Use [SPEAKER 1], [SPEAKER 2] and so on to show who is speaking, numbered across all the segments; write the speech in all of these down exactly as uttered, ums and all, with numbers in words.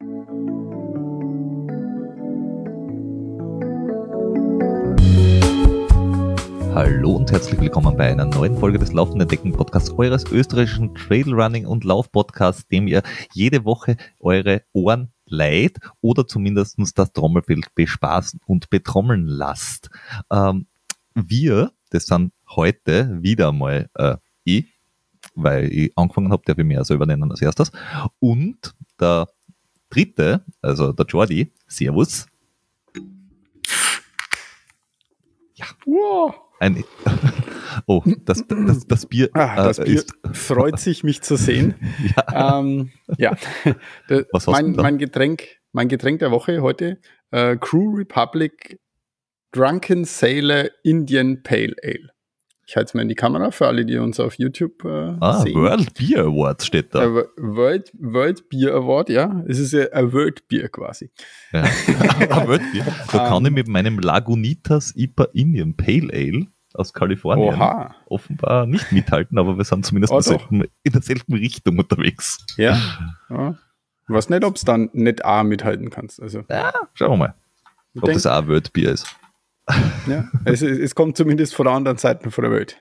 [SPEAKER 1] Hallo und herzlich willkommen bei einer neuen Folge des Laufenden Decken Podcasts, eures österreichischen Trailrunning- und Lauf-Podcasts, dem ihr jede Woche eure Ohren leiht oder zumindest das Trommelfell bespaßen und betrommeln lasst. Ähm, wir, das sind heute wieder mal äh, ich, weil ich angefangen habe, darf ich mich also übernehmen als erstes, und der dritte, also der Jordi, Servus. Ja.
[SPEAKER 2] Wow.
[SPEAKER 1] Ein, oh, das, das, das Bier,
[SPEAKER 2] ah, das
[SPEAKER 1] äh,
[SPEAKER 2] Bier
[SPEAKER 1] ist,
[SPEAKER 2] freut sich, mich zu sehen.
[SPEAKER 1] ja.
[SPEAKER 2] Ähm, ja. Der,
[SPEAKER 1] Was hast
[SPEAKER 2] mein,
[SPEAKER 1] du da?
[SPEAKER 2] mein Getränk, mein Getränk der Woche heute, äh, Crew Republic Drunken Sailor Indian Pale Ale. Ich halte es mal in die Kamera für alle, die uns auf YouTube äh,
[SPEAKER 1] Ah,
[SPEAKER 2] sehen.
[SPEAKER 1] World Beer Awards steht da.
[SPEAKER 2] Äh, World, World Beer Award, ja. Es ist ja ein World Beer quasi.
[SPEAKER 1] Ja. Ein World Beer. Da kann
[SPEAKER 2] Ähm,
[SPEAKER 1] ich mit meinem Lagunitas I P A Indian Pale Ale aus Kalifornien
[SPEAKER 2] Oha.
[SPEAKER 1] offenbar nicht mithalten, aber wir sind zumindest
[SPEAKER 2] Oh,
[SPEAKER 1] in, derselben, in derselben Richtung unterwegs.
[SPEAKER 2] Ja. ja. Ich weiß nicht, ob es dann nicht auch mithalten kannst. Also,
[SPEAKER 1] Ja, schauen wir mal, ob
[SPEAKER 2] denk,
[SPEAKER 1] das auch ein World Beer ist.
[SPEAKER 2] Ja, es, es kommt zumindest von der anderen Seite von der Welt.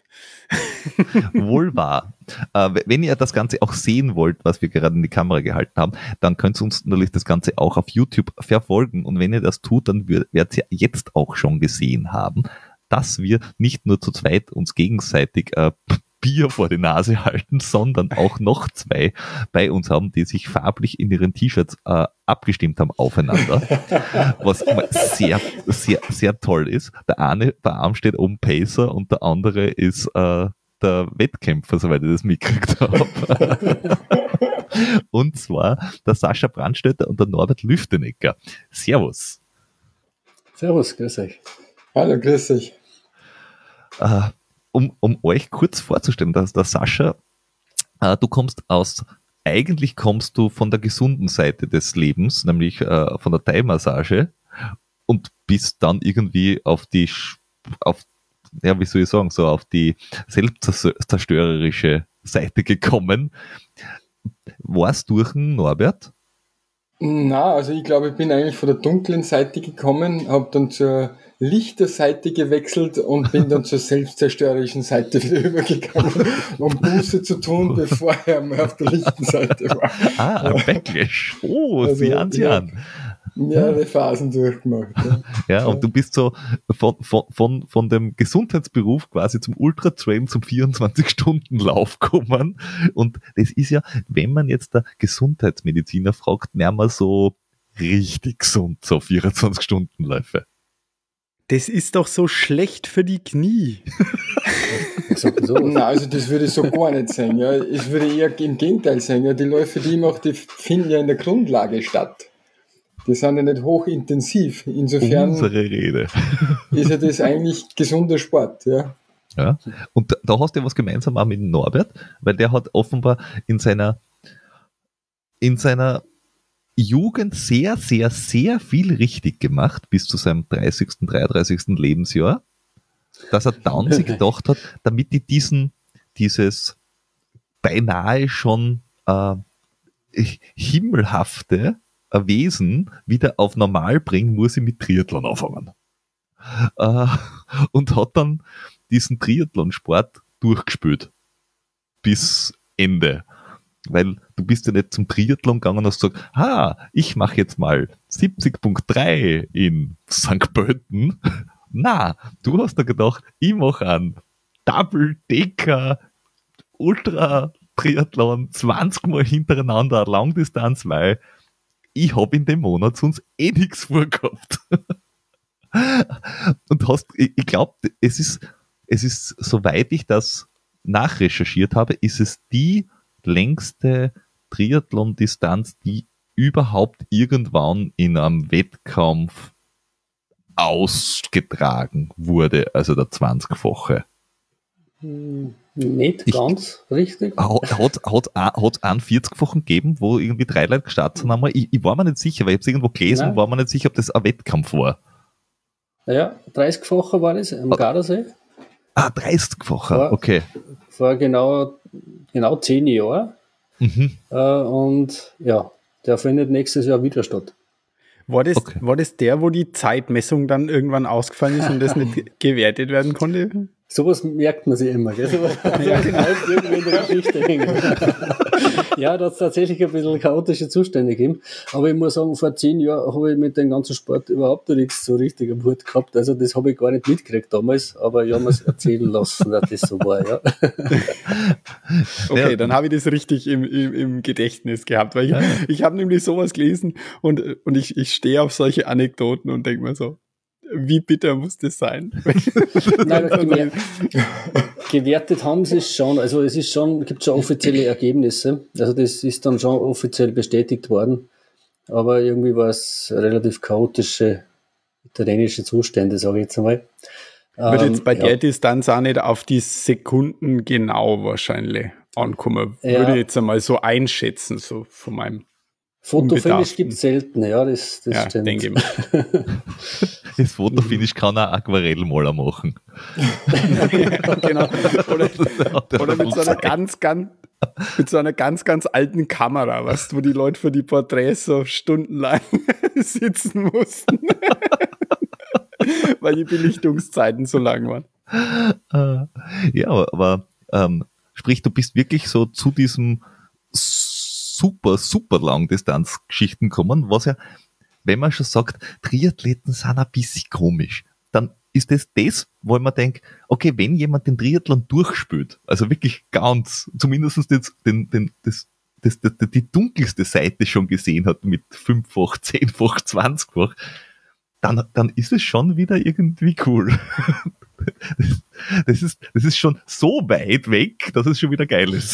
[SPEAKER 1] Wohl wahr. Äh, wenn ihr das Ganze auch sehen wollt, was wir gerade in die Kamera gehalten haben, dann könnt ihr uns natürlich das Ganze auch auf YouTube verfolgen. Und wenn ihr das tut, dann werdet ihr jetzt auch schon gesehen haben, dass wir nicht nur zu zweit uns gegenseitig äh, Bier vor die Nase halten, sondern auch noch zwei bei uns haben, die sich farblich in ihren T-Shirts äh, abgestimmt haben aufeinander, was sehr, sehr, sehr toll ist. Der eine, der Arm steht oben Pacer und der andere ist äh, der Wettkämpfer, soweit ich das mitgekriegt habe. Und zwar der Sascha Brandstätter und der Norbert Lüftenecker. Servus.
[SPEAKER 3] Servus, grüß euch.
[SPEAKER 4] Hallo, grüß dich.
[SPEAKER 1] Äh, Um, um euch kurz vorzustellen, dass der Sascha, äh, du kommst aus, eigentlich kommst du von der gesunden Seite des Lebens, nämlich äh, von der Thai-Massage und bist dann irgendwie auf die, auf, ja, wie soll ich sagen, so auf die selbstzerstörerische Seite gekommen. War's durch den Norbert?
[SPEAKER 4] Na, also ich glaube, ich bin eigentlich von der dunklen Seite gekommen, habe dann zur lichter Seite gewechselt und bin dann zur selbstzerstörerischen Seite wieder übergegangen, um Buße zu tun, bevor ich einmal auf der lichten Seite war.
[SPEAKER 1] Ah, ein Backlash. Oh,
[SPEAKER 4] Also,
[SPEAKER 1] sieh an, sieh
[SPEAKER 4] ja.
[SPEAKER 1] an.
[SPEAKER 4] Mehrere Phasen durchgemacht. Ja,
[SPEAKER 1] Ja, und du bist so von, von, von, von dem Gesundheitsberuf quasi zum Ultra-Trail, zum vierundzwanzig-Stunden-Lauf gekommen. Und das ist ja, wenn man jetzt der Gesundheitsmediziner fragt, nicht mehr so richtig gesund, so vierundzwanzig-Stunden-Läufe.
[SPEAKER 2] Das ist doch so schlecht für die Knie.
[SPEAKER 4] Nein, also das würde ich so gar nicht sagen. Ja. Ich würde eher im Gegenteil sagen. Ja. Die Läufe, die ich mache, die finden ja in der Grundlage statt. Die sind ja nicht hochintensiv. Insofern
[SPEAKER 1] Unsere Rede.
[SPEAKER 4] ist ja das eigentlich gesunder Sport. Ja.
[SPEAKER 1] Ja. Und da, da hast du ja was gemeinsam auch mit dem Norbert, weil der hat offenbar in seiner, in seiner Jugend sehr, sehr, sehr viel richtig gemacht, bis zu seinem dreißigsten, dreiunddreißigsten Lebensjahr, dass er dann sich gedacht hat, damit ich diesen, dieses beinahe schon äh, himmelhafte Wesen wieder auf normal bringen, muss ich mit Triathlon anfangen. Äh, und hat dann diesen Triathlonsport durchgespielt. Bis Ende. Weil du bist ja nicht zum Triathlon gegangen und hast gesagt, ha, ich mache jetzt mal siebzig Komma drei in Sankt Pölten. Na, du hast da gedacht, ich mache einen Double-Decker Ultra-Triathlon zwanzig Mal hintereinander Langdistanz, weil ich habe in dem Monat sonst eh nichts vorgehabt. Und hast, ich, ich glaube, es ist, es ist, soweit ich das nachrecherchiert habe, ist es die längste Triathlon-Distanz, die überhaupt irgendwann in einem Wettkampf ausgetragen wurde, also der zwanzigfache.
[SPEAKER 3] Nicht
[SPEAKER 1] Ich-
[SPEAKER 3] ganz richtig.
[SPEAKER 1] Hat hat hat hat einen vierzigfachen gegeben, wo irgendwie drei Leute gestartet sind einmal. Ich, ich war mir nicht sicher, weil ich habe es irgendwo gelesen,
[SPEAKER 3] Nein.
[SPEAKER 1] war mir nicht sicher, ob das ein Wettkampf war.
[SPEAKER 3] Ja, dreißigfacher war das am Gardasee.
[SPEAKER 1] Ah, dreißigfacher,
[SPEAKER 3] Ja.
[SPEAKER 1] okay.
[SPEAKER 3] Vor genau, genau zehn Jahren.
[SPEAKER 1] Mhm.
[SPEAKER 3] Äh, und ja, Der findet nächstes Jahr wieder statt.
[SPEAKER 2] War das,
[SPEAKER 1] Okay.
[SPEAKER 2] war das der, wo die Zeitmessung dann irgendwann ausgefallen ist und das nicht gewertet werden konnte?
[SPEAKER 3] Sowas merkt man sich immer, gell? Sowas ja, genau. Irgendwie in der Geschichte hängen. Ja, da hat es tatsächlich ein bisschen chaotische Zustände gegeben. Aber ich muss sagen, vor zehn Jahren habe ich mit dem ganzen Sport überhaupt noch nichts so richtig am Hut gehabt. Also das habe ich gar nicht mitgekriegt damals, aber ich habe mir es erzählen lassen, dass das so war, ja.
[SPEAKER 2] Okay,
[SPEAKER 1] Ja.
[SPEAKER 2] dann habe ich das richtig im, im, im Gedächtnis gehabt, weil ich,
[SPEAKER 1] Ja.
[SPEAKER 2] ich habe nämlich sowas gelesen und, und ich, ich stehe auf solche Anekdoten und denke mir so, wie bitter muss das sein?
[SPEAKER 3] Nein, aber gewer gewertet haben sie es schon. Also es ist schon, gibt schon offizielle Ergebnisse. Also das ist dann schon offiziell bestätigt worden. Aber irgendwie war es relativ chaotische italienische Zustände, sage ich jetzt einmal.
[SPEAKER 2] Wird
[SPEAKER 3] Ähm,
[SPEAKER 2] jetzt bei
[SPEAKER 3] ja.
[SPEAKER 2] der Distanz auch nicht auf die Sekunden genau wahrscheinlich ankommen.
[SPEAKER 3] Ja.
[SPEAKER 2] Würde ich jetzt einmal so einschätzen, so von meinem
[SPEAKER 3] Fotofinish
[SPEAKER 2] Unbedarften.
[SPEAKER 3] gibt es selten, ja, das, das
[SPEAKER 2] Ja,
[SPEAKER 3] stimmt.
[SPEAKER 2] denke ich mal.
[SPEAKER 1] Das Fotofinish kann auch Aquarellmaler machen.
[SPEAKER 2] Ja, genau. Oder,
[SPEAKER 1] Der
[SPEAKER 2] oder mit so einer
[SPEAKER 1] Zeit.
[SPEAKER 2] ganz, ganz, mit so einer ganz, ganz alten Kamera, weißt du, wo die Leute für die Porträts so stundenlang sitzen mussten. Weil die Belichtungszeiten so lang waren.
[SPEAKER 1] Äh, ja, aber, aber ähm, sprich, du bist wirklich so zu diesem super, super Langdistanzgeschichten gekommen, was ja, wenn man schon sagt, Triathleten sind ein bisschen komisch, dann ist das das, wo man denkt, okay, wenn jemand den Triathlon durchspielt, also wirklich ganz, zumindest das, den, den, das, das, das, die dunkelste Seite schon gesehen hat mit fünffach, zehnfach, zwanzigfach, dann, dann ist es schon wieder irgendwie cool. Das, das, ist, das ist schon so weit weg, dass es schon wieder geil ist.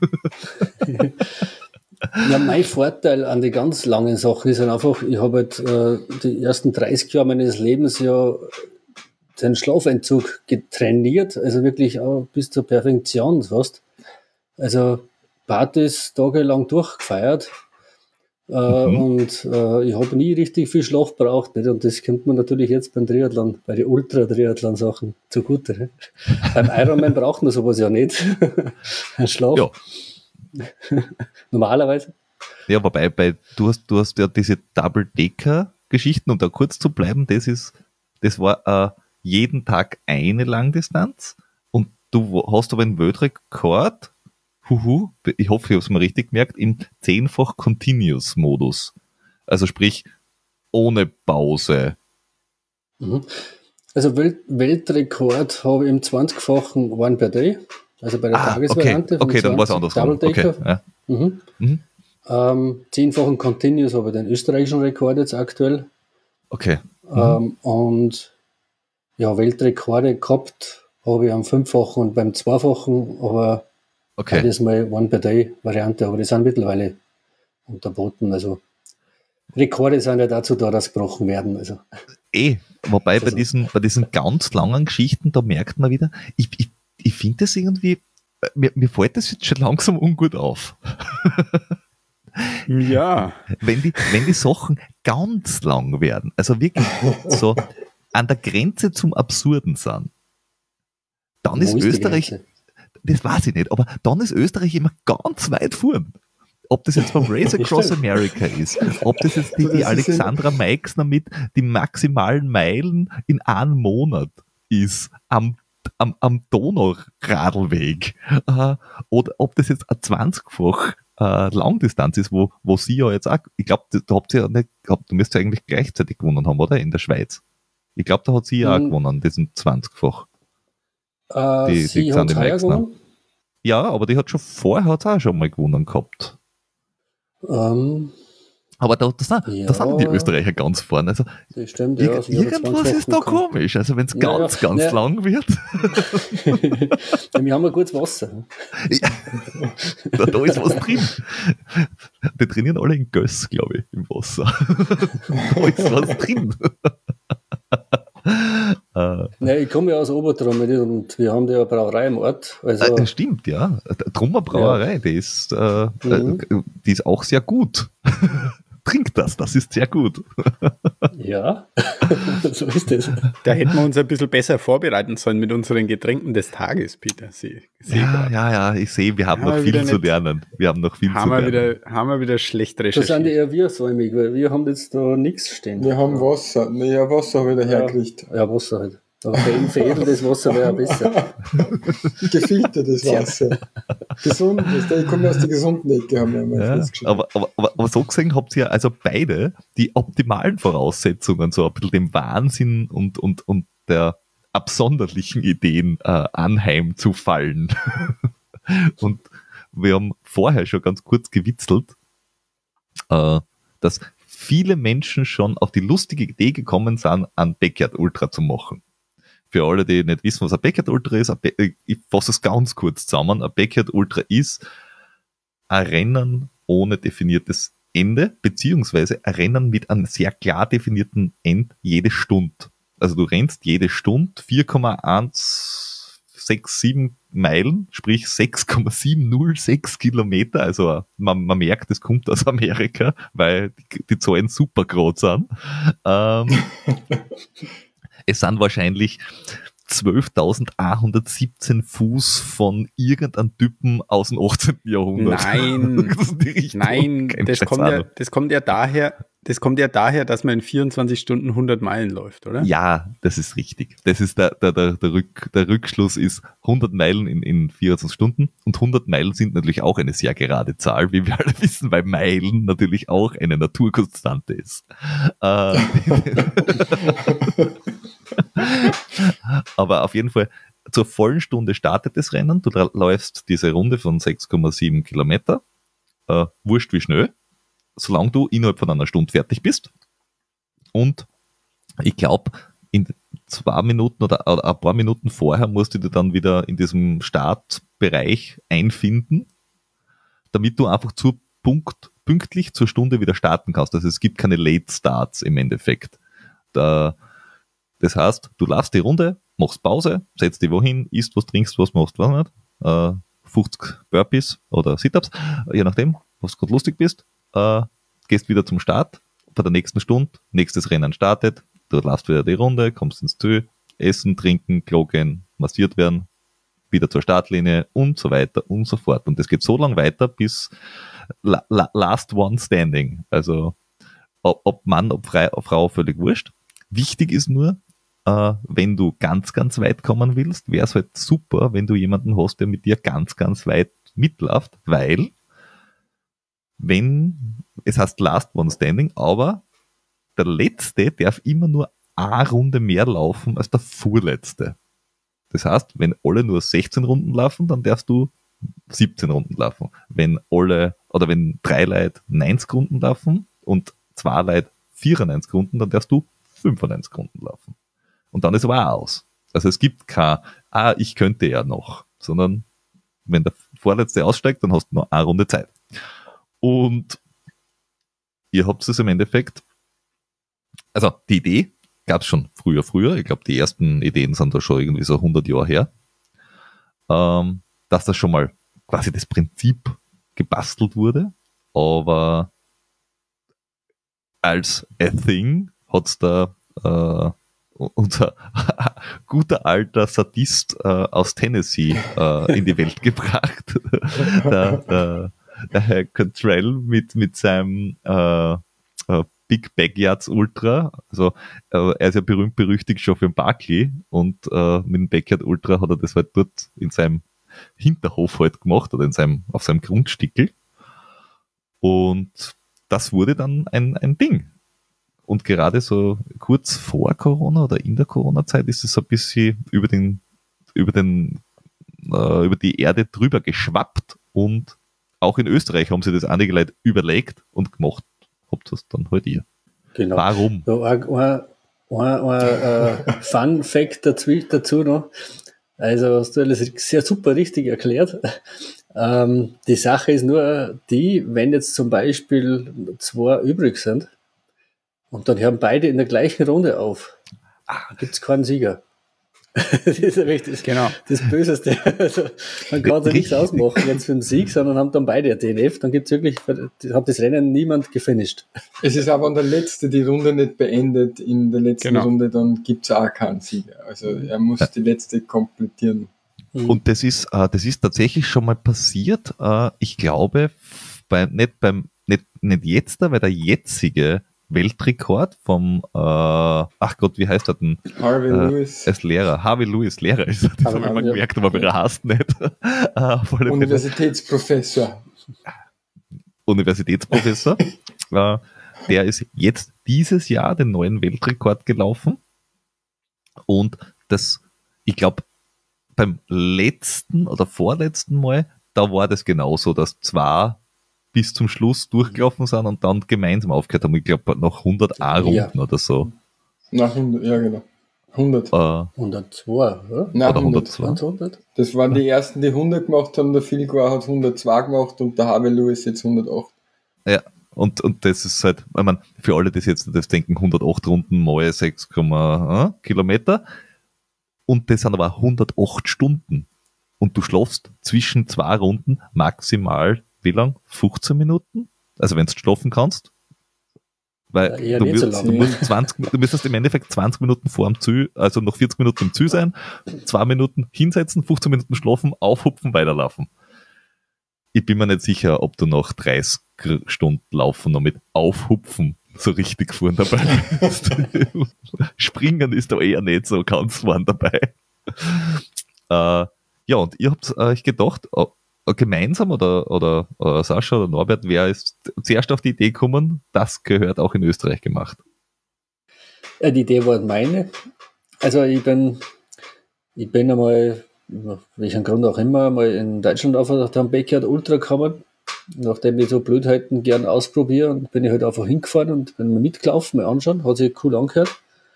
[SPEAKER 3] Ja, mein Vorteil an den ganz langen Sachen ist halt einfach, ich habe halt äh, die ersten dreißig Jahre meines Lebens ja den Schlafentzug getrainiert, also wirklich auch bis zur Perfektion fast. Also Partys tagelang durchgefeiert äh,
[SPEAKER 1] Mhm.
[SPEAKER 3] und äh, ich habe nie richtig viel Schlaf braucht, nicht? Und das kommt man natürlich jetzt beim Triathlon, bei den Ultra-Triathlon-Sachen zugute. Ne? Beim Ironman braucht man sowas ja nicht. Ein Schlaf.
[SPEAKER 1] Ja.
[SPEAKER 3] Normalerweise.
[SPEAKER 1] Ja, wobei, bei, du hast, du hast ja diese Double-Decker-Geschichten, um da kurz zu bleiben, das ist, das war äh, jeden Tag eine Langdistanz und du wo- hast aber einen Weltrekord, huhu, ich hoffe, ich habe es mir richtig gemerkt, im zehnfach Continuous-Modus. Also sprich, ohne Pause.
[SPEAKER 3] Mhm. Also Welt Weltrekord habe ich im zwanzigfachen One per Day, also bei der
[SPEAKER 1] Ah, okay,
[SPEAKER 3] Tagesvariante. von
[SPEAKER 1] okay, dann war es
[SPEAKER 3] zwanzig
[SPEAKER 1] andersrum. Okay,
[SPEAKER 3] Double-Decker.
[SPEAKER 1] ja.
[SPEAKER 3] Mhm.
[SPEAKER 1] Mhm.
[SPEAKER 3] Ähm, zehnfachen Continuous habe ich den österreichischen Rekord jetzt aktuell.
[SPEAKER 1] Okay.
[SPEAKER 3] Ähm, und ja, Weltrekorde gehabt habe ich am fünffachen und beim zweifachen, aber
[SPEAKER 1] Okay.
[SPEAKER 3] beides mal One per Day Variante, aber die sind mittlerweile unterboten. Also Rekorde sind ja dazu da, dass gebrochen werden. Also
[SPEAKER 1] Eh, wobei bei
[SPEAKER 3] Also-
[SPEAKER 1] diesen, bei diesen ganz langen Geschichten, da merkt man wieder, ich, ich, ich finde das irgendwie, mir, mir fällt das jetzt schon langsam ungut auf.
[SPEAKER 2] Ja.
[SPEAKER 1] Wenn die, wenn die Sachen ganz lang werden, also wirklich so an der Grenze zum Absurden sind, dann ist
[SPEAKER 3] wo die
[SPEAKER 1] Österreich,
[SPEAKER 3] Grenze?
[SPEAKER 1] das weiß ich nicht, aber dann ist Österreich immer ganz weit vorn. Ob das jetzt beim Race Across
[SPEAKER 3] Stimmt.
[SPEAKER 1] America ist, ob das jetzt die,
[SPEAKER 4] Also
[SPEAKER 1] die
[SPEAKER 4] das ist ein-
[SPEAKER 1] Alexandra Meixner mit die maximalen Meilen in einem Monat ist am, am, am Donauradlweg, äh, oder ob das jetzt ein zwanzigfach äh, Langdistanz ist, wo, wo sie ja jetzt auch, ich glaube, da habt ihr ja nicht, habt, du müsst ja eigentlich gleichzeitig gewonnen haben, oder? In der Schweiz. Ich glaube, da hat sie ja auch
[SPEAKER 3] Mhm.
[SPEAKER 1] gewonnen, diesen zwanzigfach.
[SPEAKER 3] Äh,
[SPEAKER 1] die-
[SPEAKER 3] sie
[SPEAKER 1] die
[SPEAKER 3] hat
[SPEAKER 1] Xandi
[SPEAKER 3] heuer
[SPEAKER 1] Meixner.
[SPEAKER 3] gewonnen.
[SPEAKER 1] Ja, aber die hat schon vorher hat's auch schon mal gewonnen gehabt.
[SPEAKER 3] Ähm,
[SPEAKER 1] Aber da, das, sind,
[SPEAKER 3] Ja.
[SPEAKER 1] da sind die Österreicher ganz vorne. Also,
[SPEAKER 3] das stimmt,
[SPEAKER 1] ir
[SPEAKER 3] ja. Sie hat einen
[SPEAKER 1] irgendwas ist da
[SPEAKER 3] zwanzigfachen
[SPEAKER 1] komisch. Also wenn es
[SPEAKER 3] Ja,
[SPEAKER 1] ganz,
[SPEAKER 3] ja.
[SPEAKER 1] ganz
[SPEAKER 3] Ja.
[SPEAKER 1] lang wird,
[SPEAKER 3] Ja, wir haben ja gutes Wasser.
[SPEAKER 1] da, da ist was drin. Die trainieren alle in Göss, glaube ich, im Wasser. Da ist was drin. äh,
[SPEAKER 3] Nein, ich komme ja aus Obertraum und wir haben da ja eine Brauerei im Ort. Also,
[SPEAKER 1] äh, stimmt, ja. Trummer Brauerei, die ist, äh,
[SPEAKER 3] Mhm.
[SPEAKER 1] äh, die ist auch sehr gut. trink das, das ist sehr gut.
[SPEAKER 3] Ja, so ist es.
[SPEAKER 2] Da hätten wir uns ein bisschen besser vorbereiten sollen mit unseren Getränken des Tages, Peter. Sie, sie
[SPEAKER 1] Ja, ja, ja, ich sehe, wir haben
[SPEAKER 2] Haben
[SPEAKER 1] noch
[SPEAKER 2] wir
[SPEAKER 1] viel
[SPEAKER 2] wieder
[SPEAKER 1] zu
[SPEAKER 2] nicht-
[SPEAKER 1] lernen. Wir haben noch viel
[SPEAKER 2] haben,
[SPEAKER 1] zu
[SPEAKER 2] wir
[SPEAKER 1] lernen.
[SPEAKER 2] wieder, haben wir wieder schlecht
[SPEAKER 3] Da sind die
[SPEAKER 2] recherchiert.
[SPEAKER 3] eher wir säumig, weil wir haben jetzt da nichts stehen.
[SPEAKER 4] Wir haben Wasser. Naja, Wasser habe ich da
[SPEAKER 3] ja,
[SPEAKER 4] hergekriegt.
[SPEAKER 3] ja, Wasser halt. Aber ver- veredeltes Wasser wäre auch besser.
[SPEAKER 4] Gefiltertes Wasser. Gesund, weißt du, ich komme aus der gesunden Ecke, haben wir mal
[SPEAKER 1] Ja,
[SPEAKER 4] festgestellt.
[SPEAKER 1] aber, aber, aber, aber so gesehen habt ihr also beide die optimalen Voraussetzungen, so ein bisschen dem Wahnsinn und, und, und der absonderlichen Ideen äh, anheimzufallen. Und wir haben vorher schon ganz kurz gewitzelt, äh, dass viele Menschen schon auf die lustige Idee gekommen sind, ein Backyard Ultra zu machen. Für alle, die nicht wissen, was ein Backyard Ultra ist, ein Ba- ich fasse es ganz kurz zusammen. Ein Backyard Ultra ist ein Rennen ohne definiertes Ende, beziehungsweise ein Rennen mit einem sehr klar definierten End jede Stunde. Also du rennst jede Stunde vier Komma eins sechs sieben Meilen, sprich sechs Komma sieben null sechs Kilometer. Also man, man merkt, es kommt aus Amerika, weil die, die Zahlen super groß sind. Ähm, es sind wahrscheinlich zwölftausendeinhundertsiebzehn Fuß von irgendeinem Typen aus dem achtzehnten Jahrhundert.
[SPEAKER 2] Nein,
[SPEAKER 1] Das ist die Richtung.
[SPEAKER 2] nein,
[SPEAKER 1] Keine
[SPEAKER 2] das
[SPEAKER 1] scheiß
[SPEAKER 2] kommt, ja,
[SPEAKER 1] Ahnung.
[SPEAKER 2] das kommt ja daher, das kommt ja daher, dass man in vierundzwanzig Stunden hundert Meilen läuft, oder?
[SPEAKER 1] Ja, das ist richtig. Das ist der, der, der, der, Rück, der Rückschluss ist hundert Meilen in, in vierundzwanzig Stunden und hundert Meilen sind natürlich auch eine sehr gerade Zahl, wie wir alle wissen, weil Meilen natürlich auch eine Naturkonstante ist. Äh, aber auf jeden Fall zur vollen Stunde startet das Rennen. Du la- läufst diese Runde von sechs Komma sieben Kilometer. Äh, wurscht wie schnell, solange du innerhalb von einer Stunde fertig bist. Und ich glaube, in zwei Minuten oder, oder ein paar Minuten vorher musst du dich dann wieder in diesem Startbereich einfinden, damit du einfach zu Punkt, pünktlich zur Stunde wieder starten kannst. Also es gibt keine Late Starts im Endeffekt. Da, das heißt, du laufst die Runde, machst Pause, setzt dich wohin, isst was, trinkst was, machst was nicht. Äh, fünfzig Burpees oder Sit-Ups, je nachdem, was du gerade lustig bist. Äh, gehst wieder zum Start bei der nächsten Stunde, nächstes Rennen startet, du laufst wieder die Runde, kommst ins Ziel, essen, trinken, Klo gehen, massiert werden, wieder zur Startlinie und so weiter und so fort. Und das geht so lange weiter, bis la, la, last one standing. Also ob, ob Mann, ob Frau, Frau, völlig wurscht. Wichtig ist nur, äh, wenn du ganz, ganz weit kommen willst, wäre es halt super, wenn du jemanden hast, der mit dir ganz, ganz weit mitläuft, weil wenn, es heißt Last One Standing, aber der Letzte darf immer nur eine Runde mehr laufen als der Vorletzte. Das heißt, wenn alle nur sechzehn Runden laufen, dann darfst du siebzehn Runden laufen. Wenn alle, oder wenn drei Leute neunzig Runden laufen und zwei Leute vierundneunzig Runden, dann darfst du fünfundneunzig Runden laufen. Und dann ist aber auch aus. Also es gibt kein, ah, ich könnte ja noch, sondern wenn der Vorletzte aussteigt, dann hast du noch eine Runde Zeit. Und ihr habt es im Endeffekt, also die Idee gab es schon früher, früher. Ich glaube, die ersten Ideen sind da schon irgendwie so hundert Jahre her. Ähm, dass das schon mal quasi das Prinzip gebastelt wurde, aber als a thing hat's da äh, unser guter alter Sadist äh, aus Tennessee äh, in die Welt gebracht. der, der, der Herr Cantrell mit, mit seinem äh, äh, Big Backyards Ultra. Also äh, er ist ja berühmt berüchtigt schon für den Barkley und äh, mit dem Backyard Ultra hat er das halt dort in seinem Hinterhof halt gemacht oder in seinem, auf seinem Grundstickel. Und das wurde dann ein, ein Ding. Und gerade so kurz vor Corona oder in der Corona-Zeit ist es ein bisschen über den, über den, äh, über die Erde drüber geschwappt und auch in Österreich haben sie das einige Leute überlegt und gemacht. Habt das dann halt ihr.
[SPEAKER 3] Genau.
[SPEAKER 1] Warum?
[SPEAKER 3] So, ein, ein, ein, ein äh, Fun Fact dazu, dazu noch. Also hast du alles sehr super richtig erklärt. Ähm, die Sache ist nur die, wenn jetzt zum Beispiel zwei übrig sind und dann hören beide in der gleichen Runde auf, gibt es keinen Sieger. Das ist ja richtig
[SPEAKER 2] Genau.
[SPEAKER 3] das Böseste. Also, man kann sich nichts ausmachen, wenn es für den Sieg, sondern haben dann beide ein D N F, dann gibt es wirklich, hat das Rennen niemand gefinisht.
[SPEAKER 4] Es ist aber, wenn der Letzte die Runde nicht beendet, in der letzten
[SPEAKER 2] Genau.
[SPEAKER 4] Runde, dann gibt es auch keinen Sieger. Also er muss die letzte komplettieren.
[SPEAKER 1] Und das ist, äh, das ist tatsächlich schon mal passiert. Äh, ich glaube, bei, nicht beim, nicht, nicht jetzt, weil der jetzige Weltrekord vom, äh, ach Gott, wie heißt er denn?
[SPEAKER 4] Harvey
[SPEAKER 1] Äh,
[SPEAKER 4] Lewis,
[SPEAKER 1] Er ist Lehrer. Harvey Lewis, Lehrer ist er. Das
[SPEAKER 3] Harvey,
[SPEAKER 1] habe ich mal
[SPEAKER 3] ja.
[SPEAKER 1] gemerkt, aber er heißt nicht. Äh, auf alle Fälle.
[SPEAKER 4] Universitätsprofessor.
[SPEAKER 1] Universitätsprofessor. äh, der ist jetzt dieses Jahr den neuen Weltrekord gelaufen. Und das, ich glaube, beim letzten oder vorletzten Mal, da war das genauso, dass zwei bis zum Schluss durchgelaufen sind und dann gemeinsam aufgehört haben. Ich glaube, nach hunderteins Runden
[SPEAKER 3] Ja.
[SPEAKER 1] oder so.
[SPEAKER 4] Nach hundert, ja genau. hundert.
[SPEAKER 1] Äh,
[SPEAKER 3] hundertzwei, oder?
[SPEAKER 4] Nein,
[SPEAKER 1] oder
[SPEAKER 4] hundert.
[SPEAKER 1] hundertzwei.
[SPEAKER 3] hundert?
[SPEAKER 4] Das waren die ersten, die hundert gemacht haben. Der Phil Gore hat hundertzwei gemacht und der Harvey Lewis jetzt hundertacht.
[SPEAKER 1] Ja, und, und das ist halt, ich meine, für alle, die jetzt das denken, hundertacht Runden mal sechs Komma fünf Kilometer. Und das sind aber hundertacht Stunden. Und du schlafst zwischen zwei Runden maximal, wie lang? fünfzehn Minuten? Also wenn du schlafen kannst. Weil
[SPEAKER 3] Ja, eher
[SPEAKER 1] du,
[SPEAKER 3] nicht so
[SPEAKER 1] wirst,
[SPEAKER 3] lang.
[SPEAKER 1] du, musst zwanzig, du müsstest im Endeffekt zwanzig Minuten vor dem Ziel, also noch vierzig Minuten im Ziel sein, zwei Minuten hinsetzen, fünfzehn Minuten schlafen, aufhupfen, weiterlaufen. Ich bin mir nicht sicher, ob du nach dreißig Stunden Laufen noch mit Aufhupfen so richtig vorn dabei bist. Springen ist da eher nicht so ganz vorn dabei. Äh, ja, und ihr habt euch gedacht, äh, gemeinsam oder, oder, oder Sascha oder Norbert, wer ist zuerst auf die Idee gekommen, das gehört auch in Österreich gemacht?
[SPEAKER 3] Ja, die Idee war meine. Also ich bin, ich bin einmal, welchen Grund auch immer, mal in Deutschland auf den Backyard Ultra gekommen. Nachdem ich so Blödheiten gern ausprobiere, und bin ich halt einfach hingefahren und bin mal mitgelaufen, mal anschauen, hat sich cool angehört.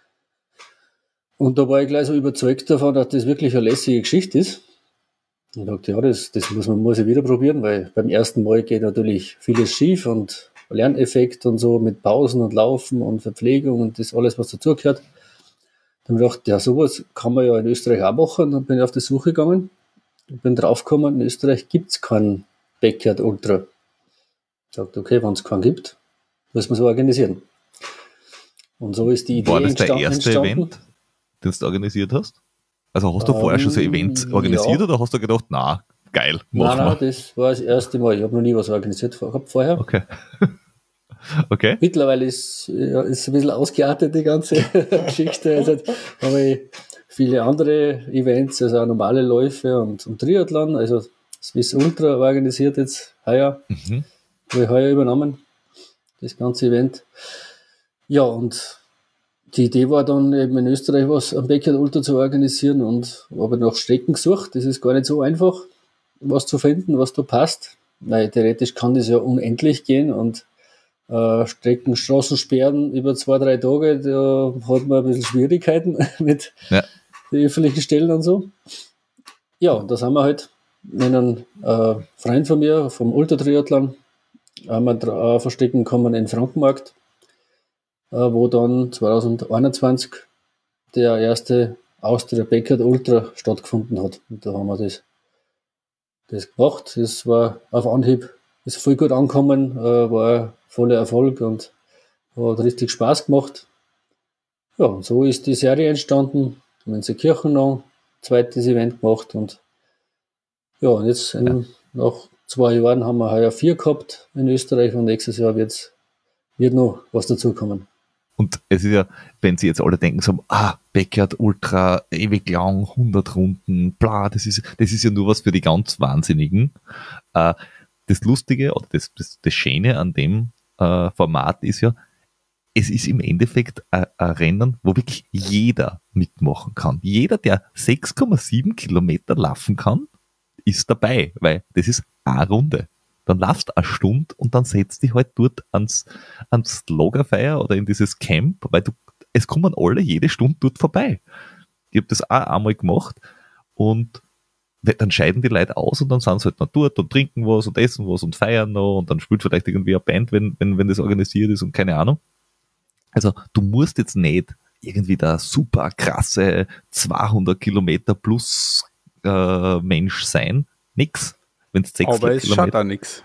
[SPEAKER 3] Und da war ich gleich so überzeugt davon, dass das wirklich eine lässige Geschichte ist. Und dachte, ja, das, das muss man muss ich wieder probieren, weil beim ersten Mal geht natürlich vieles schief und Lerneffekt und so mit Pausen und Laufen und Verpflegung und das alles, was dazugehört. Dann habe ich gedacht, ja, sowas kann man ja in Österreich auch machen. Und dann bin ich auf die Suche gegangen und bin draufgekommen, in Österreich gibt es keinen Backyard Ultra. Ich sagte, okay, wenn es keinen gibt, muss man es organisieren. Und so ist die Idee
[SPEAKER 1] War das der
[SPEAKER 3] entsta-
[SPEAKER 1] erste
[SPEAKER 3] entstanden.
[SPEAKER 1] Event, den du organisiert hast? Also hast du
[SPEAKER 3] Ähm,
[SPEAKER 1] vorher schon so Events organisiert
[SPEAKER 3] ja.
[SPEAKER 1] oder hast du gedacht, na, geil,
[SPEAKER 3] Nein,
[SPEAKER 1] machen
[SPEAKER 3] nein,
[SPEAKER 1] wir?
[SPEAKER 3] das war das erste Mal. Ich habe noch nie was organisiert gehabt vorher.
[SPEAKER 1] Okay. Okay.
[SPEAKER 3] Mittlerweile ist ja, ist ein bisschen ausgeartet, die ganze Geschichte. Also habe ich viele andere Events, also auch normale Läufe und, und Triathlon, also Swiss Ultra organisiert jetzt heuer,
[SPEAKER 1] Mhm.
[SPEAKER 3] habe ich heuer übernommen, das ganze Event. Ja, und die Idee war dann eben in Österreich was am Backyard Ultra zu organisieren und habe nach Strecken gesucht. Das ist gar nicht so einfach, was zu finden, was da passt, weil theoretisch kann das ja unendlich gehen und äh, Strecken, Straßensperren über zwei, drei Tage, da hat man ein bisschen Schwierigkeiten mit
[SPEAKER 1] Ja.
[SPEAKER 3] den öffentlichen Stellen und so. Ja, und da sind wir halt mit einem äh, Freund von mir vom Ultra-Triathlon haben wir dra- äh, verstecken kommen in Frankenmarkt, äh, wo dann zwanzig einundzwanzig der erste Austria Backyard Ultra stattgefunden hat. Und da haben wir das, das gemacht. Das war auf Anhieb, ist voll gut angekommen, äh, war voller Erfolg und hat richtig Spaß gemacht. Ja, und so ist die Serie entstanden. Haben in Kirchen noch ein zweites Event gemacht und ja, und jetzt in, nach zwei Jahren haben wir heuer vier gehabt in Österreich und nächstes Jahr wird's, wird noch was dazukommen.
[SPEAKER 1] Und es ist ja, wenn sie jetzt alle denken, so, ah, Backyard Ultra, ewig lang, hundert Runden, bla, das ist, das ist ja nur was für die ganz Wahnsinnigen. Äh, das Lustige oder das, das, das Schöne an dem äh, Format ist ja, es ist im Endeffekt ein, ein Rennen, wo wirklich jeder mitmachen kann. Jeder, der sechs Komma sieben Kilometer laufen kann, ist dabei, weil das ist eine Runde. Dann laufst du eine Stunde und dann setzt dich halt dort ans, ans Lagerfeuer oder in dieses Camp, weil du, es kommen alle jede Stunde dort vorbei. Ich habe das auch einmal gemacht und dann scheiden die Leute aus und dann sind sie halt noch dort und trinken was und essen was und feiern noch und dann spielt vielleicht irgendwie eine Band, wenn, wenn, wenn das organisiert ist und keine Ahnung. Also du musst jetzt nicht irgendwie der super krasse zweihundert Kilometer plus äh, Mensch sein. Nix. Wenn's sechs
[SPEAKER 2] Aber es
[SPEAKER 1] Kilometer
[SPEAKER 2] schaut auch nichts.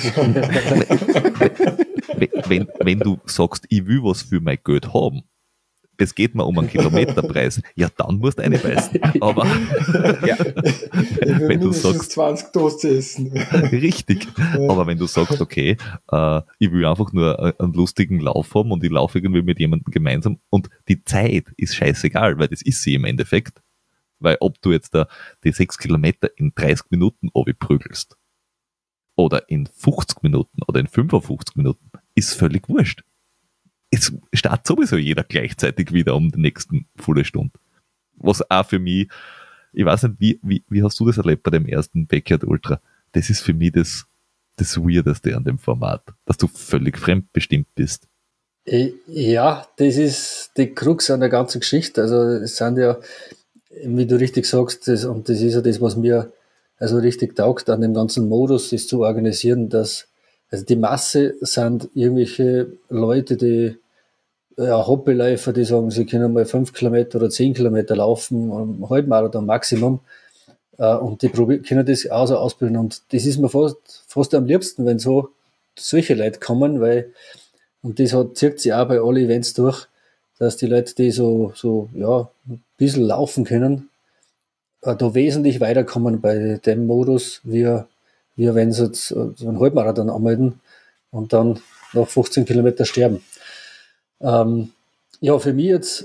[SPEAKER 1] wenn, wenn, wenn du sagst, ich will was für mein Geld haben, es geht mir um einen Kilometerpreis, ja, dann musst du reinbeißen. Aber
[SPEAKER 2] Ja.
[SPEAKER 1] wenn du sagst,
[SPEAKER 4] zwanzig Toast essen.
[SPEAKER 1] richtig, aber wenn du sagst, okay, äh, ich will einfach nur einen lustigen Lauf haben und ich laufe irgendwie mit jemandem gemeinsam und die Zeit ist scheißegal, weil das ist sie im Endeffekt. Weil ob du jetzt da die sechs Kilometer in dreißig Minuten prügelst oder in fünfzig Minuten oder in fünfundfünfzig Minuten, ist völlig wurscht. Es startet sowieso jeder gleichzeitig wieder um die nächsten volle Stunde. Was auch für mich, ich weiß nicht, wie, wie, wie hast du das erlebt bei dem ersten Backyard Ultra? Das ist für mich das, das Weirdeste an dem Format, dass du völlig fremdbestimmt bist.
[SPEAKER 3] Ja, das ist die Krux an der ganzen Geschichte. Also es sind ja, wie du richtig sagst, das, und das ist ja das, was mir also richtig taugt an dem ganzen Modus, ist zu organisieren, dass also die Masse sind irgendwelche Leute, die ja, Hobbyläufer, die sagen, sie können mal fünf Kilometer oder zehn Kilometer laufen, um Halbmarathon Maximum, äh, und die probieren, können das auch so ausbilden. Und das ist mir fast, fast am liebsten, wenn so solche Leute kommen, weil, und das hat, zieht sich auch bei allen Events durch, dass die Leute, die so, so, ja, ein bisschen laufen können, äh, da wesentlich weiterkommen bei dem Modus, wie, wie wenn sie jetzt so einen Halbmarathon anmelden und dann nach fünfzehn Kilometer sterben. Ähm, ja, für mich jetzt,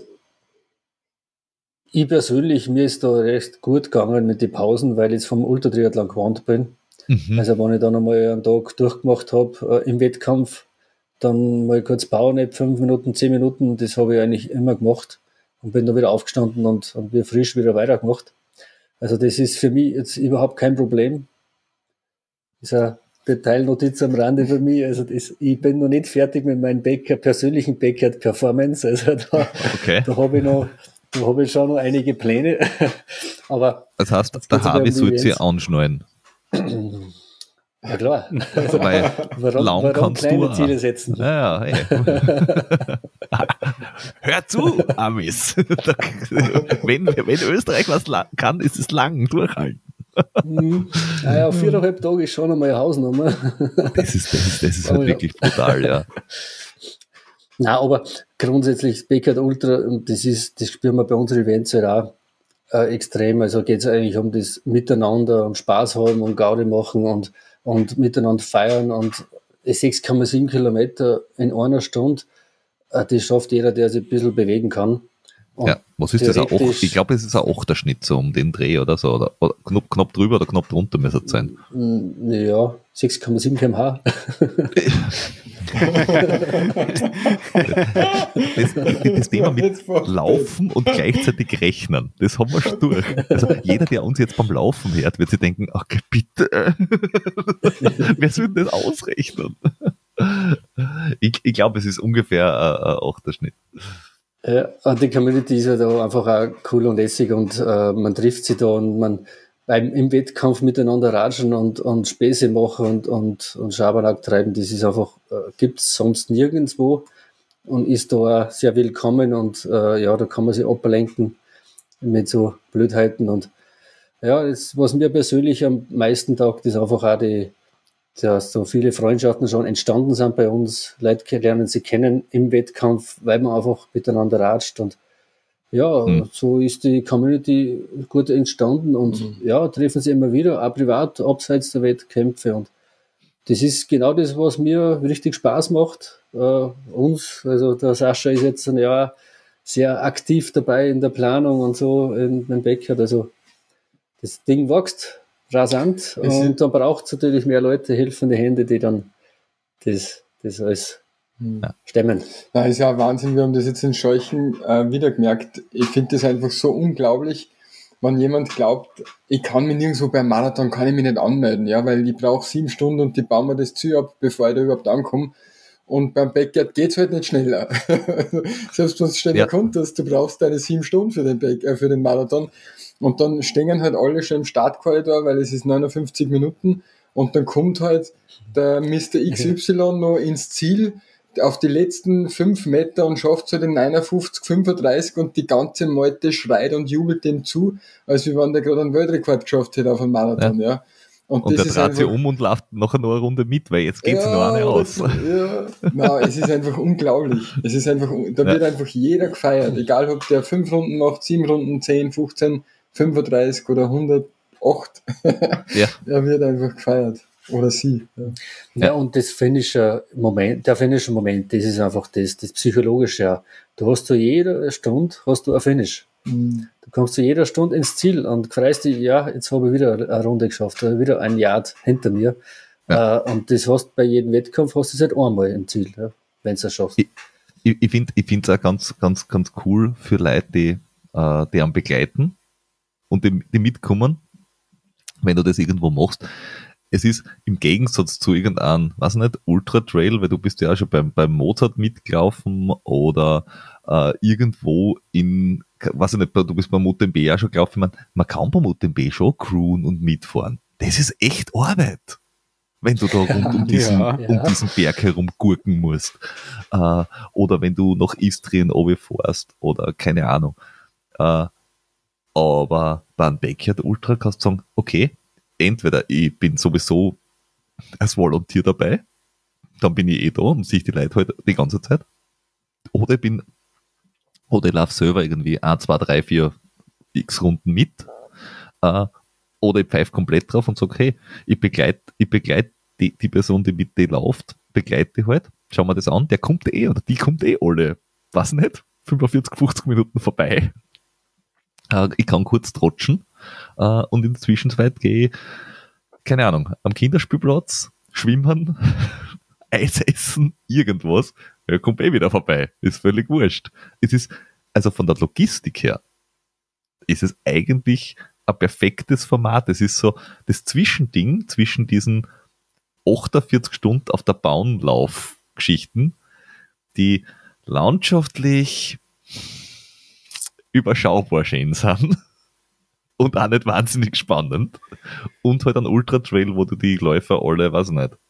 [SPEAKER 3] ich persönlich, mir ist da recht gut gegangen mit den Pausen, weil ich jetzt vom Ultratriathlon gewohnt bin.
[SPEAKER 1] Mhm.
[SPEAKER 3] Also wenn ich dann einmal einen Tag durchgemacht habe äh, im Wettkampf, dann mal kurz Powernap, fünf Minuten, zehn Minuten, das habe ich eigentlich immer gemacht und bin dann wieder aufgestanden und, und wieder frisch wieder weitergemacht. Also das ist für mich jetzt überhaupt kein Problem. Das ist eine Detailnotiz am Rande für mich. Also das, ich bin noch nicht fertig mit meinem Backyard, persönlichen Backyard-Performance. Also da,
[SPEAKER 1] Okay.
[SPEAKER 3] da habe ich noch, da habe ich schon noch einige Pläne. Aber
[SPEAKER 1] Das heißt,
[SPEAKER 3] jetzt
[SPEAKER 1] der
[SPEAKER 3] geht's aber
[SPEAKER 1] Harvey
[SPEAKER 3] um die
[SPEAKER 1] sollte sich
[SPEAKER 3] Events.
[SPEAKER 1] anschneiden.
[SPEAKER 3] Ja klar.
[SPEAKER 1] Weil
[SPEAKER 3] Warum,
[SPEAKER 1] lang
[SPEAKER 3] warum
[SPEAKER 1] kannst
[SPEAKER 3] kleine
[SPEAKER 1] du auch.
[SPEAKER 3] Ziele setzen?
[SPEAKER 1] Ja, ja, hey. Hör zu, Amis. wenn, wenn Österreich was lang kann, ist es lang durchhalten.
[SPEAKER 3] Mhm. Naja, viereinhalb Tage ist schon einmal eine Hausnummer.
[SPEAKER 1] Das ist, das ist, das ist
[SPEAKER 3] Aber
[SPEAKER 1] halt
[SPEAKER 3] ja.
[SPEAKER 1] wirklich brutal, ja.
[SPEAKER 3] Nein, aber grundsätzlich Backyard Ultra, und das ist, das spüren wir bei unseren Events halt auch äh, extrem. Also geht es eigentlich um das Miteinander und Spaß haben und Gaudi machen und, und miteinander feiern und sechs Komma sieben Kilometer in einer Stunde, äh, das schafft jeder, der sich ein bisschen bewegen kann. Und
[SPEAKER 1] Ja, was ist das? Ein
[SPEAKER 3] theoretisch-
[SPEAKER 1] Acht? Ich glaube, es ist ein Achterschnitt so um den Dreh oder so. Oder, oder knapp, knapp drüber oder knapp drunter müsste es sein.
[SPEAKER 3] Mm, Ja, sechs Komma sieben Kilometer pro
[SPEAKER 1] Das, das Thema mit Laufen und gleichzeitig Rechnen, das haben wir schon durch. Also jeder, der uns jetzt beim Laufen hört, wird sich denken, okay, bitte, wer soll denn das ausrechnen? Ich, ich glaube, es ist ungefähr ein, ein Achterschnitt.
[SPEAKER 3] Ja, und die Community ist ja da einfach auch cool und lässig und äh, man trifft sich da und man beim, im Wettkampf miteinander ratschen und, und Späße machen und, und, und Schabernack treiben, das ist einfach, äh, gibt's sonst nirgendwo und ist da auch sehr willkommen und äh, ja, da kann man sich ablenken mit so Blödheiten und ja, das, was mir persönlich am meisten taugt, ist einfach auch die, dass so viele Freundschaften schon entstanden sind bei uns. Leute lernen sie kennen im Wettkampf, weil man einfach miteinander ratscht. Und ja,
[SPEAKER 1] Hm.
[SPEAKER 3] so ist die Community gut entstanden und
[SPEAKER 4] Mhm.
[SPEAKER 3] ja, treffen sie immer wieder, auch privat, abseits der Wettkämpfe. Und das ist genau das, was mir richtig Spaß macht. Äh, uns, also der Sascha ist jetzt ein Jahr sehr aktiv dabei in der Planung und so in den Backyard. Also das Ding wächst rasant
[SPEAKER 4] Es
[SPEAKER 3] und
[SPEAKER 4] ist-
[SPEAKER 3] dann braucht es natürlich mehr Leute, helfende Hände, die dann das, das alles stemmen.
[SPEAKER 4] Na, ist ja ein Wahnsinn, wir haben das jetzt in Scheuchen äh, wieder gemerkt. Ich finde das einfach so unglaublich, wenn jemand glaubt, ich kann mich nirgendwo beim Marathon, kann ich mich nicht anmelden, ja, weil ich brauche sieben Stunden und die bauen mir das Ziel ab, bevor ich da überhaupt ankomme. Und beim Backyard geht's halt nicht schneller. Selbst wenn du schneller
[SPEAKER 1] Ja.
[SPEAKER 4] konntest, du brauchst deine sieben Stunden für den, Back, äh, für den Marathon. Und dann stehen halt alle schon im Startkorridor, weil es ist neunundfünfzig Minuten. Und dann kommt halt der Mister X Y noch ins Ziel, auf die letzten fünf Meter und schafft so den neunundfünfzig, fünfunddreißig und die ganze Meute schreit und jubelt dem zu, als wie wenn der gerade einen Weltrekord geschafft hätte auf einem Marathon, ja. ja.
[SPEAKER 1] Und, und der dreht sich um und läuft nachher noch eine Runde mit, weil jetzt geht es ja, noch eine aus.
[SPEAKER 4] Das, ja, nein, es ist einfach unglaublich. Es ist einfach, da wird ja. einfach jeder gefeiert, egal ob der fünf Runden macht, sieben Runden, zehn, fünfzehn, fünfunddreißig oder hundertacht. Ja. Er wird einfach gefeiert. Oder sie. Ja,
[SPEAKER 3] ja und das finnische Moment, der finnische Moment, das ist einfach das, das Psychologische. Du hast zu jeder Stunde hast du ein Finish. Mhm. Du kommst zu jeder Stunde ins Ziel und freust dich, ja, jetzt habe ich wieder eine Runde geschafft, wieder ein Yard hinter mir. Ja. Äh, und das hast bei jedem Wettkampf hast du es halt einmal im Ziel, ja, wenn du es schaffst.
[SPEAKER 1] Ich, ich, ich finde es auch ganz, ganz, ganz cool für Leute, die, äh, die am begleiten und die, die mitkommen, wenn du das irgendwo machst. Es ist im Gegensatz zu irgendeinem, weiß nicht, Ultra-Trail, weil du bist ja auch schon beim, beim Mozart mitgelaufen oder äh, irgendwo in, weiß ich nicht, du bist beim U T M B auch schon gelaufen. Man, man kann beim U T M B schon crewen und mitfahren. Das ist echt Arbeit, wenn du da rund um diesen, ja, ja. um diesen Berg herum gurken musst. Äh, oder wenn du nach Istrien runterfährst oder keine Ahnung. Äh, aber beim Backyard Ultra kannst du sagen, okay, entweder ich bin sowieso als Volontier dabei, dann bin ich eh da und sehe die Leute halt die ganze Zeit. Oder ich bin, oder ich laufe selber irgendwie eins, zwei, drei, vier x Runden mit. Äh, oder ich pfeife komplett drauf und sage, hey, ich begleite ich begleit die, die Person, die mit dir läuft, begleite die halt, schau mir das an, der kommt eh oder die kommt eh alle, weiß nicht, fünfundvierzig, fünfzig Minuten vorbei. Äh, ich kann kurz trotschen. Uh, und in der Zwischenzeit gehe ich, keine Ahnung, am Kinderspielplatz schwimmen, Eis essen, irgendwas, ja, kommt eh wieder vorbei. Ist völlig wurscht. Es ist, also von der Logistik her, ist es eigentlich ein perfektes Format. Es ist so das Zwischending zwischen diesen achtundvierzig Stunden auf der Bahnlauf-Geschichten, die landschaftlich überschaubar schön sind. Und auch nicht wahnsinnig spannend. Und halt ein Ultra-Trail, wo du die Läufer alle, weiß ich nicht,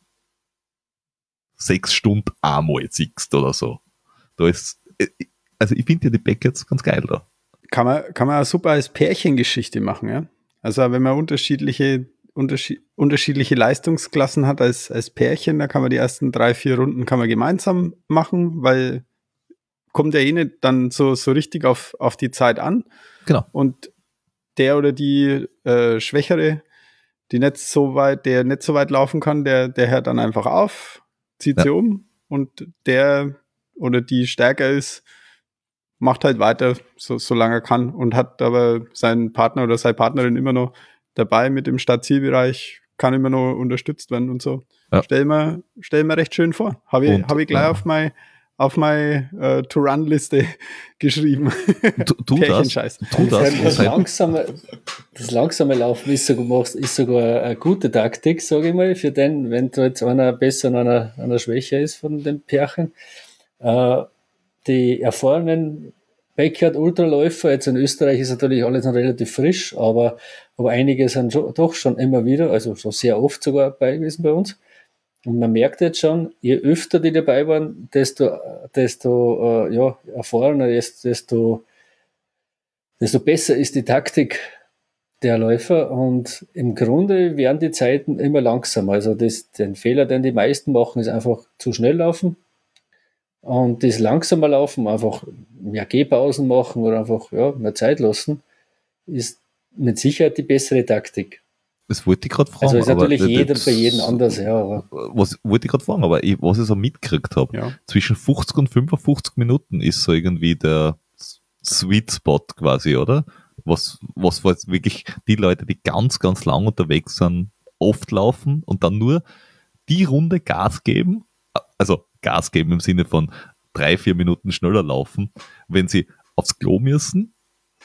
[SPEAKER 1] sechs Stunden einmal siehst oder so. Da ist, also ich finde ja die Backyards ganz geil da.
[SPEAKER 2] Kann man, kann man auch super als Pärchengeschichte machen, ja? Also wenn man unterschiedliche, unterschied, unterschiedliche Leistungsklassen hat als, als Pärchen, da kann man die ersten drei, vier Runden kann man gemeinsam machen, weil kommt ja eh nicht dann so, so richtig auf, auf die Zeit an.
[SPEAKER 1] Genau.
[SPEAKER 2] Und der oder die äh, Schwächere, die nicht so weit, der nicht so weit laufen kann, der, der hört dann einfach auf, zieht ja. sie um und der oder die stärker ist, macht halt weiter, so, solange er kann und hat aber seinen Partner oder seine Partnerin immer noch dabei mit dem Start-Ziel-Bereich, kann immer noch unterstützt werden und so. Ja. Stell mir, stell mir recht schön vor. Habe ich, hab ich gleich ja. auf mein auf meine äh, To-Run-Liste geschrieben.
[SPEAKER 1] Tu, tu das. Tu das.
[SPEAKER 3] Das langsame, das langsame Laufen ist sogar, ist sogar eine gute Taktik, sage ich mal, für den, wenn da jetzt einer besser und einer, einer schwächer ist von den Pärchen. Äh, die erfahrenen Backyard-Ultraläufer, jetzt in Österreich ist natürlich alles noch relativ frisch, aber, aber einige sind schon, doch schon immer wieder, also schon sehr oft sogar dabei gewesen bei uns. Und man merkt jetzt schon, je öfter die dabei waren, desto, desto äh, ja, erfahrener, desto, desto besser ist die Taktik der Läufer. Und im Grunde werden die Zeiten immer langsamer. Also das, den Fehler, den die meisten machen, ist einfach zu schnell laufen. Und das langsamer Laufen, einfach mehr Gehpausen machen oder einfach ja, mehr Zeit lassen, ist mit Sicherheit die bessere Taktik.
[SPEAKER 1] Das wollte ich gerade fragen.
[SPEAKER 3] Also ist natürlich aber, jeder das, bei jedem anders, ja. Aber.
[SPEAKER 1] Was wollte ich gerade fragen, aber ich, was ich so mitgekriegt habe, ja. zwischen fünfzig und fünfundfünfzig Minuten ist so irgendwie der Sweet Spot quasi, oder? Was, was was wirklich die Leute, die ganz, ganz lang unterwegs sind, oft laufen und dann nur die Runde Gas geben, also Gas geben im Sinne von drei, vier Minuten schneller laufen, wenn sie aufs Klo müssen,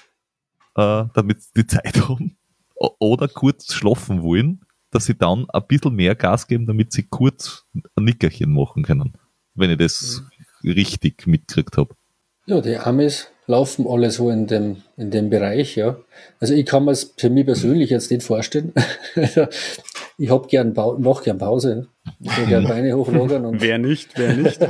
[SPEAKER 1] äh, damit sie die Zeit haben. Oder kurz schlafen wollen, dass sie dann ein bisschen mehr Gas geben, damit sie kurz ein Nickerchen machen können. Wenn ich das ja. richtig mitgekriegt habe.
[SPEAKER 3] Ja, die Amis laufen alle so in dem, in dem Bereich, ja. Also ich kann mir es für mich persönlich jetzt nicht vorstellen. ich hab gern, mach gern Pause. Ich will gern Beine hochlagern. Und
[SPEAKER 2] wer nicht, wer nicht.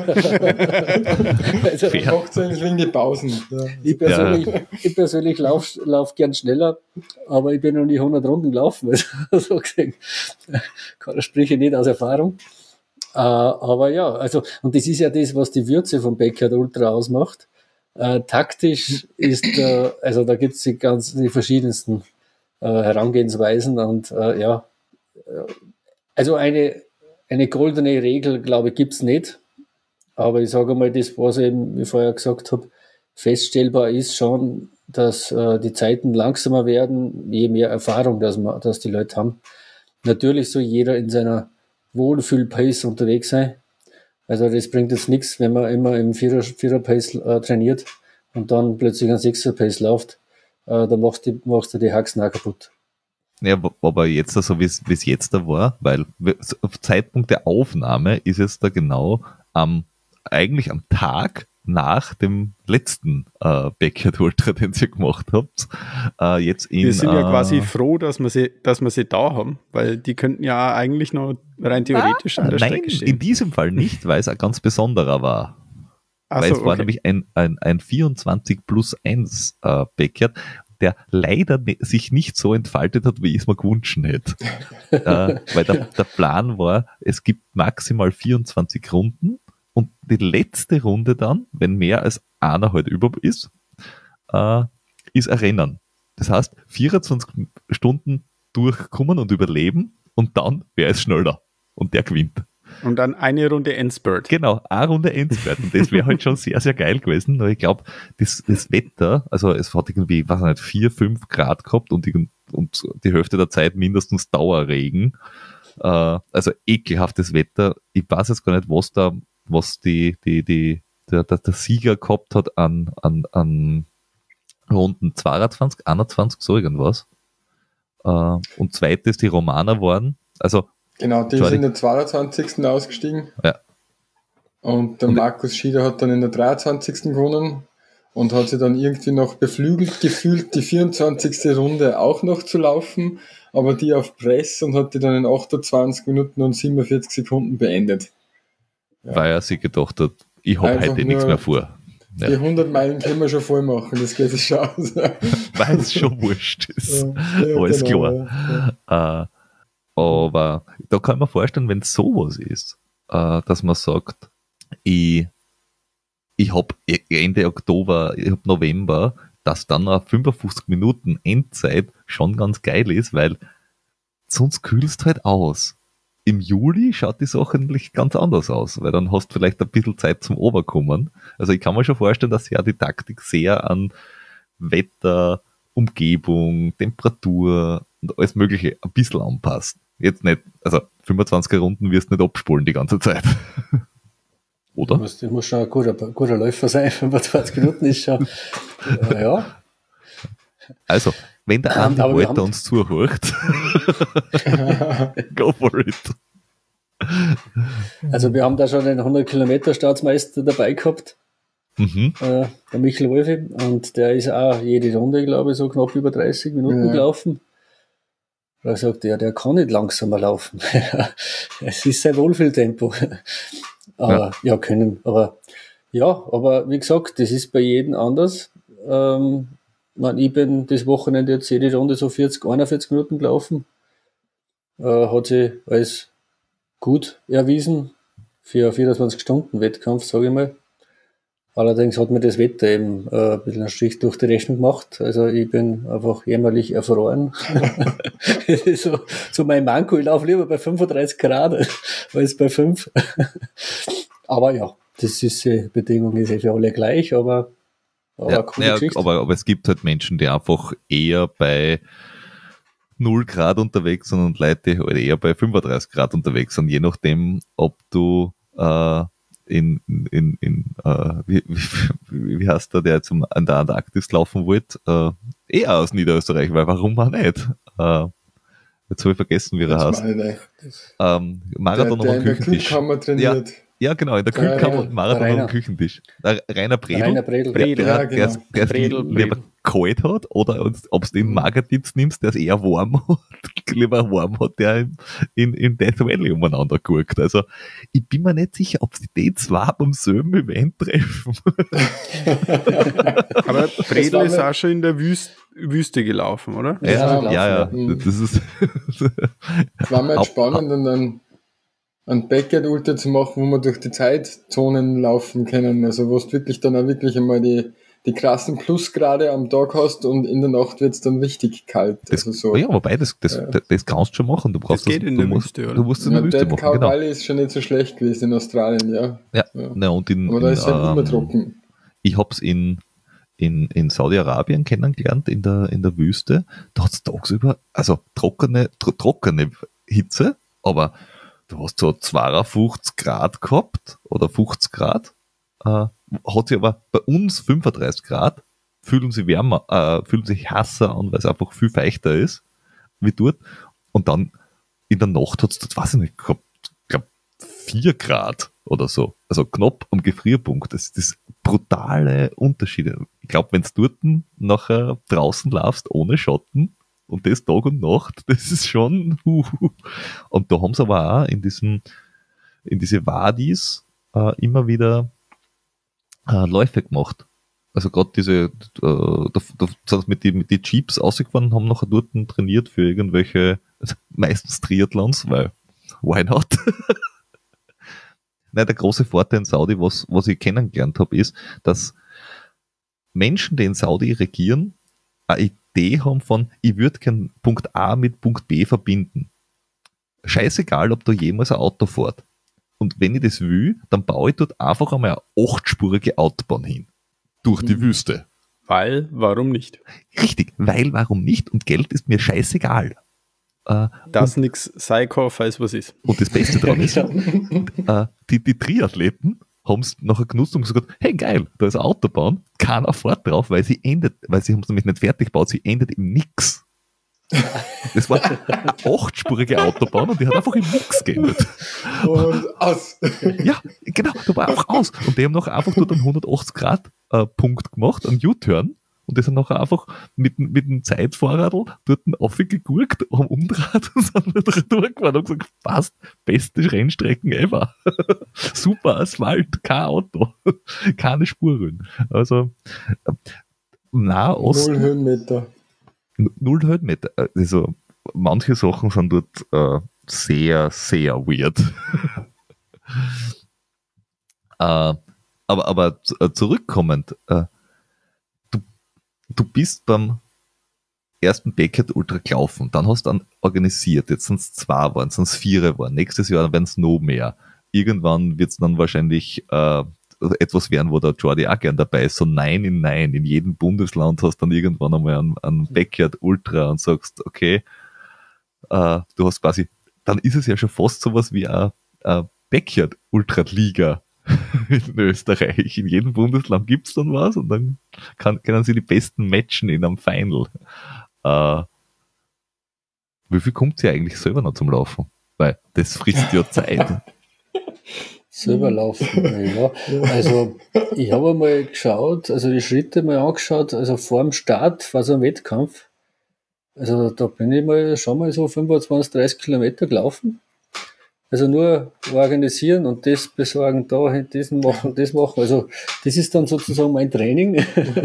[SPEAKER 4] Also, macht eigentlich wegen die Pausen. Ja.
[SPEAKER 3] Ich persönlich, ja. ich persönlich laufe lauf gern schneller, aber ich bin noch nie hundert Runden gelaufen. Also, so gesehen, spreche ich nicht aus Erfahrung. Uh, aber ja, also, und das ist ja das, was die Würze vom Backyard Ultra ausmacht. Uh, taktisch ist, uh, also da gibt es die ganz, die verschiedensten uh, Herangehensweisen und uh, ja, also eine, eine goldene Regel, glaube ich, gibt es nicht. Aber ich sage mal, das, was eben, wie ich vorher gesagt habe, feststellbar ist schon, dass uh, die Zeiten langsamer werden, je mehr Erfahrung dass, man, dass die Leute haben. Natürlich soll jeder in seiner Wohlfühl-Pace unterwegs sein. Also das bringt jetzt nichts, wenn man immer im Vierer, Vierer-Pace äh, trainiert und dann plötzlich ein Sechser-Pace läuft, äh, dann machst du, machst du die Haxen auch kaputt.
[SPEAKER 1] Ja, aber jetzt so, wie es jetzt da war, weil auf Zeitpunkt der Aufnahme ist es da genau am, eigentlich am Tag nach dem letzten äh, Backyard Ultra, den ihr gemacht habt. Äh, jetzt in,
[SPEAKER 2] wir sind ja
[SPEAKER 1] äh,
[SPEAKER 2] quasi froh, dass wir, sie, dass wir sie da haben, weil die könnten ja eigentlich noch rein theoretisch
[SPEAKER 1] ah,
[SPEAKER 2] an der
[SPEAKER 1] nein,
[SPEAKER 2] Strecke stehen.
[SPEAKER 1] In diesem Fall nicht, weil es ein ganz besonderer war. Ach weil so, es war okay. nämlich ein, ein, ein vierundzwanzig plus eins äh, Backyard, der leider ne, sich nicht so entfaltet hat, wie ich es mir gewünscht hätte. äh, weil der, der Plan war, es gibt maximal vierundzwanzig Runden. Und die letzte Runde dann, wenn mehr als einer halt über ist, äh, ist ein Rennen. Das heißt, vierundzwanzig Stunden durchkommen und überleben und dann, wer ist schneller? Und der gewinnt.
[SPEAKER 2] Und dann eine Runde Endspurt.
[SPEAKER 1] Genau, eine Runde Endspurt. Und das wäre halt schon sehr, sehr geil gewesen. Nur ich glaube, das, das Wetter, also es hat irgendwie, weiß nicht, vier, fünf Grad gehabt und die, und die Hälfte der Zeit mindestens Dauerregen. Äh, also ekelhaftes Wetter. Ich weiß jetzt gar nicht, was da was die, die, die, der, der, der Sieger gehabt hat an, an, an Runden zweiundzwanzig, einundzwanzig, so irgendwas. Äh, und zweites die Romaner waren. Also,
[SPEAKER 4] genau, die ist in der zweiundzwanzigsten ausgestiegen.
[SPEAKER 1] Ja.
[SPEAKER 4] Und der und Markus Schieder hat dann in der dreiundzwanzigsten gewonnen und hat sich dann irgendwie noch beflügelt gefühlt, die vierundzwanzigste Runde auch noch zu laufen, aber die auf Press und hat die dann in achtundzwanzig Minuten und siebenundvierzig Sekunden beendet.
[SPEAKER 1] Ja. Weil er sich gedacht hat, ich habe heute nichts mehr vor.
[SPEAKER 4] Ja. Die hundert Meilen können wir schon voll machen, das geht sich schon aus.
[SPEAKER 1] Weil es schon wurscht ist. Ja, ja, alles genau, klar. Ja. Äh, aber da kann man vorstellen, wenn es sowas ist, äh, dass man sagt, ich, ich habe Ende Oktober, ich habe November, dass dann noch fünfundfünfzig Minuten Endzeit schon ganz geil ist, weil sonst kühlst halt aus. Im Juli schaut die Sache eigentlich ganz anders aus, weil dann hast du vielleicht ein bisschen Zeit zum Oberkommen. Also ich kann mir schon vorstellen, dass ja die Taktik sehr an Wetter, Umgebung, Temperatur und alles Mögliche ein bisschen anpasst. Jetzt nicht, also fünfundzwanzig Runden wirst du nicht abspulen die ganze Zeit. Oder?
[SPEAKER 3] Du musst, du musst schon ein guter, guter Läufer sein, fünfundzwanzig Minuten ist schon, äh, ja.
[SPEAKER 1] Also, wenn der Andi um, Walter uns zuhört, go for it.
[SPEAKER 3] Also wir haben da schon einen hundert Kilometer Staatsmeister dabei gehabt, mhm. äh, der Michael Wolfi, und der ist auch jede Runde, glaube ich, so knapp über dreißig Minuten ja. gelaufen. Da sagt er, der kann nicht langsamer laufen. Es ist sein Wohlfühltempo. Aber ja. ja, können, aber ja, aber wie gesagt, das ist bei jedem anders. Ähm, Ich bin das Wochenende jetzt jede Runde so vierzig, einundvierzig Minuten gelaufen. Äh, hat sich als gut erwiesen für einen vierundzwanzig Stunden Wettkampf, sage ich mal. Allerdings hat mir das Wetter eben äh, ein bisschen einen Strich durch die Rechnung gemacht. Also ich bin einfach jämmerlich erfroren. Das ist so, so mein Manko. Ich laufe lieber bei fünfunddreißig Grad als bei fünf. Aber ja, das ist die Bedingung ist ja für alle gleich, aber
[SPEAKER 1] Aber, ja, coole ja, aber, aber es gibt halt Menschen, die einfach eher bei null Grad unterwegs sind und Leute, die halt eher bei fünfunddreißig Grad unterwegs sind, je nachdem, ob du äh, in, in, in äh, wie, wie, wie heißt der, der jetzt an der Antarktis laufen wollte, äh, eher aus Niederösterreich, weil warum auch nicht? Äh, jetzt habe ich vergessen, wie er heißt. Ähm, Marathon
[SPEAKER 4] der, der
[SPEAKER 1] am Küchentisch.
[SPEAKER 4] Trainiert.
[SPEAKER 1] Ja, genau, in der Kühlkammer
[SPEAKER 3] Ja,
[SPEAKER 1] und Marathon
[SPEAKER 3] Rainer.
[SPEAKER 1] am Küchentisch. Der Rainer Bredl,
[SPEAKER 3] Rainer Bredl.
[SPEAKER 1] der,
[SPEAKER 2] Bredl,
[SPEAKER 1] der,
[SPEAKER 4] ja,
[SPEAKER 1] der,
[SPEAKER 4] genau.
[SPEAKER 1] der es
[SPEAKER 2] Bredl,
[SPEAKER 1] lieber
[SPEAKER 2] Bredl.
[SPEAKER 1] kalt hat oder ob du den Magerdienst nimmst, der es eher warm hat, lieber warm hat, der in, in, in Death Valley umeinander guckt. Also ich bin mir nicht sicher, ob sie die zwei beim selben Event treffen.
[SPEAKER 2] Aber Bredl
[SPEAKER 4] war
[SPEAKER 2] ist
[SPEAKER 4] mir-
[SPEAKER 2] auch schon in der Wüste, Wüste gelaufen, oder?
[SPEAKER 3] Ja,
[SPEAKER 1] Ja,
[SPEAKER 3] gelaufen,
[SPEAKER 1] ja, ja,
[SPEAKER 4] ja. Mhm.
[SPEAKER 1] das ist
[SPEAKER 4] Es war mir
[SPEAKER 1] Haupt-
[SPEAKER 4] jetzt spannend, und dann ein Backyard-Ultra zu machen, wo wir durch die Zeitzonen laufen können. Also wo du wirklich dann auch wirklich einmal die, die krassen Plusgrade am Tag hast und in der Nacht wird es dann richtig kalt.
[SPEAKER 1] Das,
[SPEAKER 4] Also so.
[SPEAKER 1] ja, wobei, das, das,
[SPEAKER 4] Ja.
[SPEAKER 1] das, das kannst du schon machen. Du brauchst
[SPEAKER 2] Das geht
[SPEAKER 1] das,
[SPEAKER 2] in
[SPEAKER 1] du
[SPEAKER 2] der
[SPEAKER 1] musst,
[SPEAKER 2] Wüste, oder?
[SPEAKER 1] Du musst es in
[SPEAKER 4] Ja,
[SPEAKER 1] der Wüste
[SPEAKER 4] Dead
[SPEAKER 1] machen,
[SPEAKER 4] Cow
[SPEAKER 1] genau.
[SPEAKER 4] Valley ist schon nicht so schlecht gewesen in Australien, ja.
[SPEAKER 1] Ja,
[SPEAKER 4] Ja.
[SPEAKER 1] Na, und in,
[SPEAKER 4] Aber da
[SPEAKER 1] in,
[SPEAKER 4] ist halt immer
[SPEAKER 1] ähm,
[SPEAKER 4] trocken.
[SPEAKER 1] ich hab's in, in, in Saudi-Arabien kennengelernt, in der, in der Wüste. Da hat's tagsüber, also trockene, tro, trockene Hitze, aber du hast so zweiundfünfzig Grad gehabt oder fünfzig Grad, äh, hat sie aber bei uns fünfunddreißig Grad, fühlen sie wärmer, äh, fühlen sich heißer an, weil es einfach viel feuchter ist, wie dort. Und dann in der Nacht hat's dort, weiß ich nicht, gehabt, glaub, vier Grad oder so. Also knapp am Gefrierpunkt. Das ist das brutale Unterschiede. Ich glaube, wenn du dort nachher draußen laufst ohne Schatten und das Tag und Nacht, das ist schon uh, und da haben sie aber auch in diesen in diese Wadis äh, immer wieder äh, Läufe gemacht. Also gerade diese äh, da, da sind sie mit die mit die Jeeps ausgefahren und haben nachher dort trainiert für irgendwelche meistens Triathlons, weil why not? Nein, der große Vorteil in Saudi, was, was ich kennengelernt habe, ist, dass Menschen, die in Saudi regieren, eine Idee haben von, ich würde gern Punkt A mit Punkt B verbinden. Scheißegal, ob da jemals ein Auto fährt. Und wenn ich das will, dann baue ich dort einfach einmal eine achtspurige Autobahn hin. Durch die
[SPEAKER 2] Mhm.
[SPEAKER 1] Wüste.
[SPEAKER 2] Weil, warum nicht?
[SPEAKER 1] Richtig, weil warum nicht? Und Geld ist mir scheißegal. Äh,
[SPEAKER 2] Das nix Psycho, falls was ist.
[SPEAKER 1] Und das Beste daran ist, äh, die, die Triathleten haben es nachher genutzt und gesagt, hey geil, da ist eine Autobahn, keiner fährt drauf, weil sie endet, weil sie haben es nämlich nicht fertig gebaut, sie endet im Nix. Das war eine achtspurige Autobahn und die hat einfach im Nix geendet.
[SPEAKER 4] Und aus.
[SPEAKER 1] Ja, genau, da war einfach aus. Und die haben nachher einfach dort einen hundertachtzig Grad äh, Punkt gemacht, einen U-Turn. Und die sind nachher einfach mit, mit dem Zeitfahrradl dort aufgegurkt, haben umgedreht und sind wieder durchgefahren und gesagt, passt, beste Rennstrecken ever. Super Asphalt, kein Auto, keine Spuren. Also, äh, Nahosten,
[SPEAKER 4] Null Höhenmeter.
[SPEAKER 1] null Höhenmeter. Also, manche Sachen sind dort äh, sehr, sehr weird. äh, aber, aber z- äh, zurückkommend, äh, du bist beim ersten Backyard Ultra gelaufen, dann hast du dann organisiert, jetzt sind es zwei geworden, sind es vier geworden, nächstes Jahr werden es noch mehr. Irgendwann wird es dann wahrscheinlich äh, etwas werden, wo der Jordi auch gern dabei ist, so Nein in Nein, in jedem Bundesland hast du dann irgendwann einmal einen, einen Backyard Ultra und sagst, okay, äh, du hast quasi, dann ist es ja schon fast sowas wie eine, eine Backyard Ultra Liga in Österreich. In jedem Bundesland gibt's dann was und dann kann, können sie die besten matchen in einem Final. Äh, wie viel kommt sie eigentlich selber noch zum Laufen? Weil das frisst ja Zeit.
[SPEAKER 3] Selber laufen. Ja. Also, ich habe einmal geschaut, also die Schritte mal angeschaut, also vor dem Start war so ein Wettkampf. Also, da bin ich mal schon mal so fünfundzwanzig, dreißig Kilometer gelaufen. Also nur organisieren und das besorgen, da, das machen, das machen. Also, das ist dann sozusagen mein Training.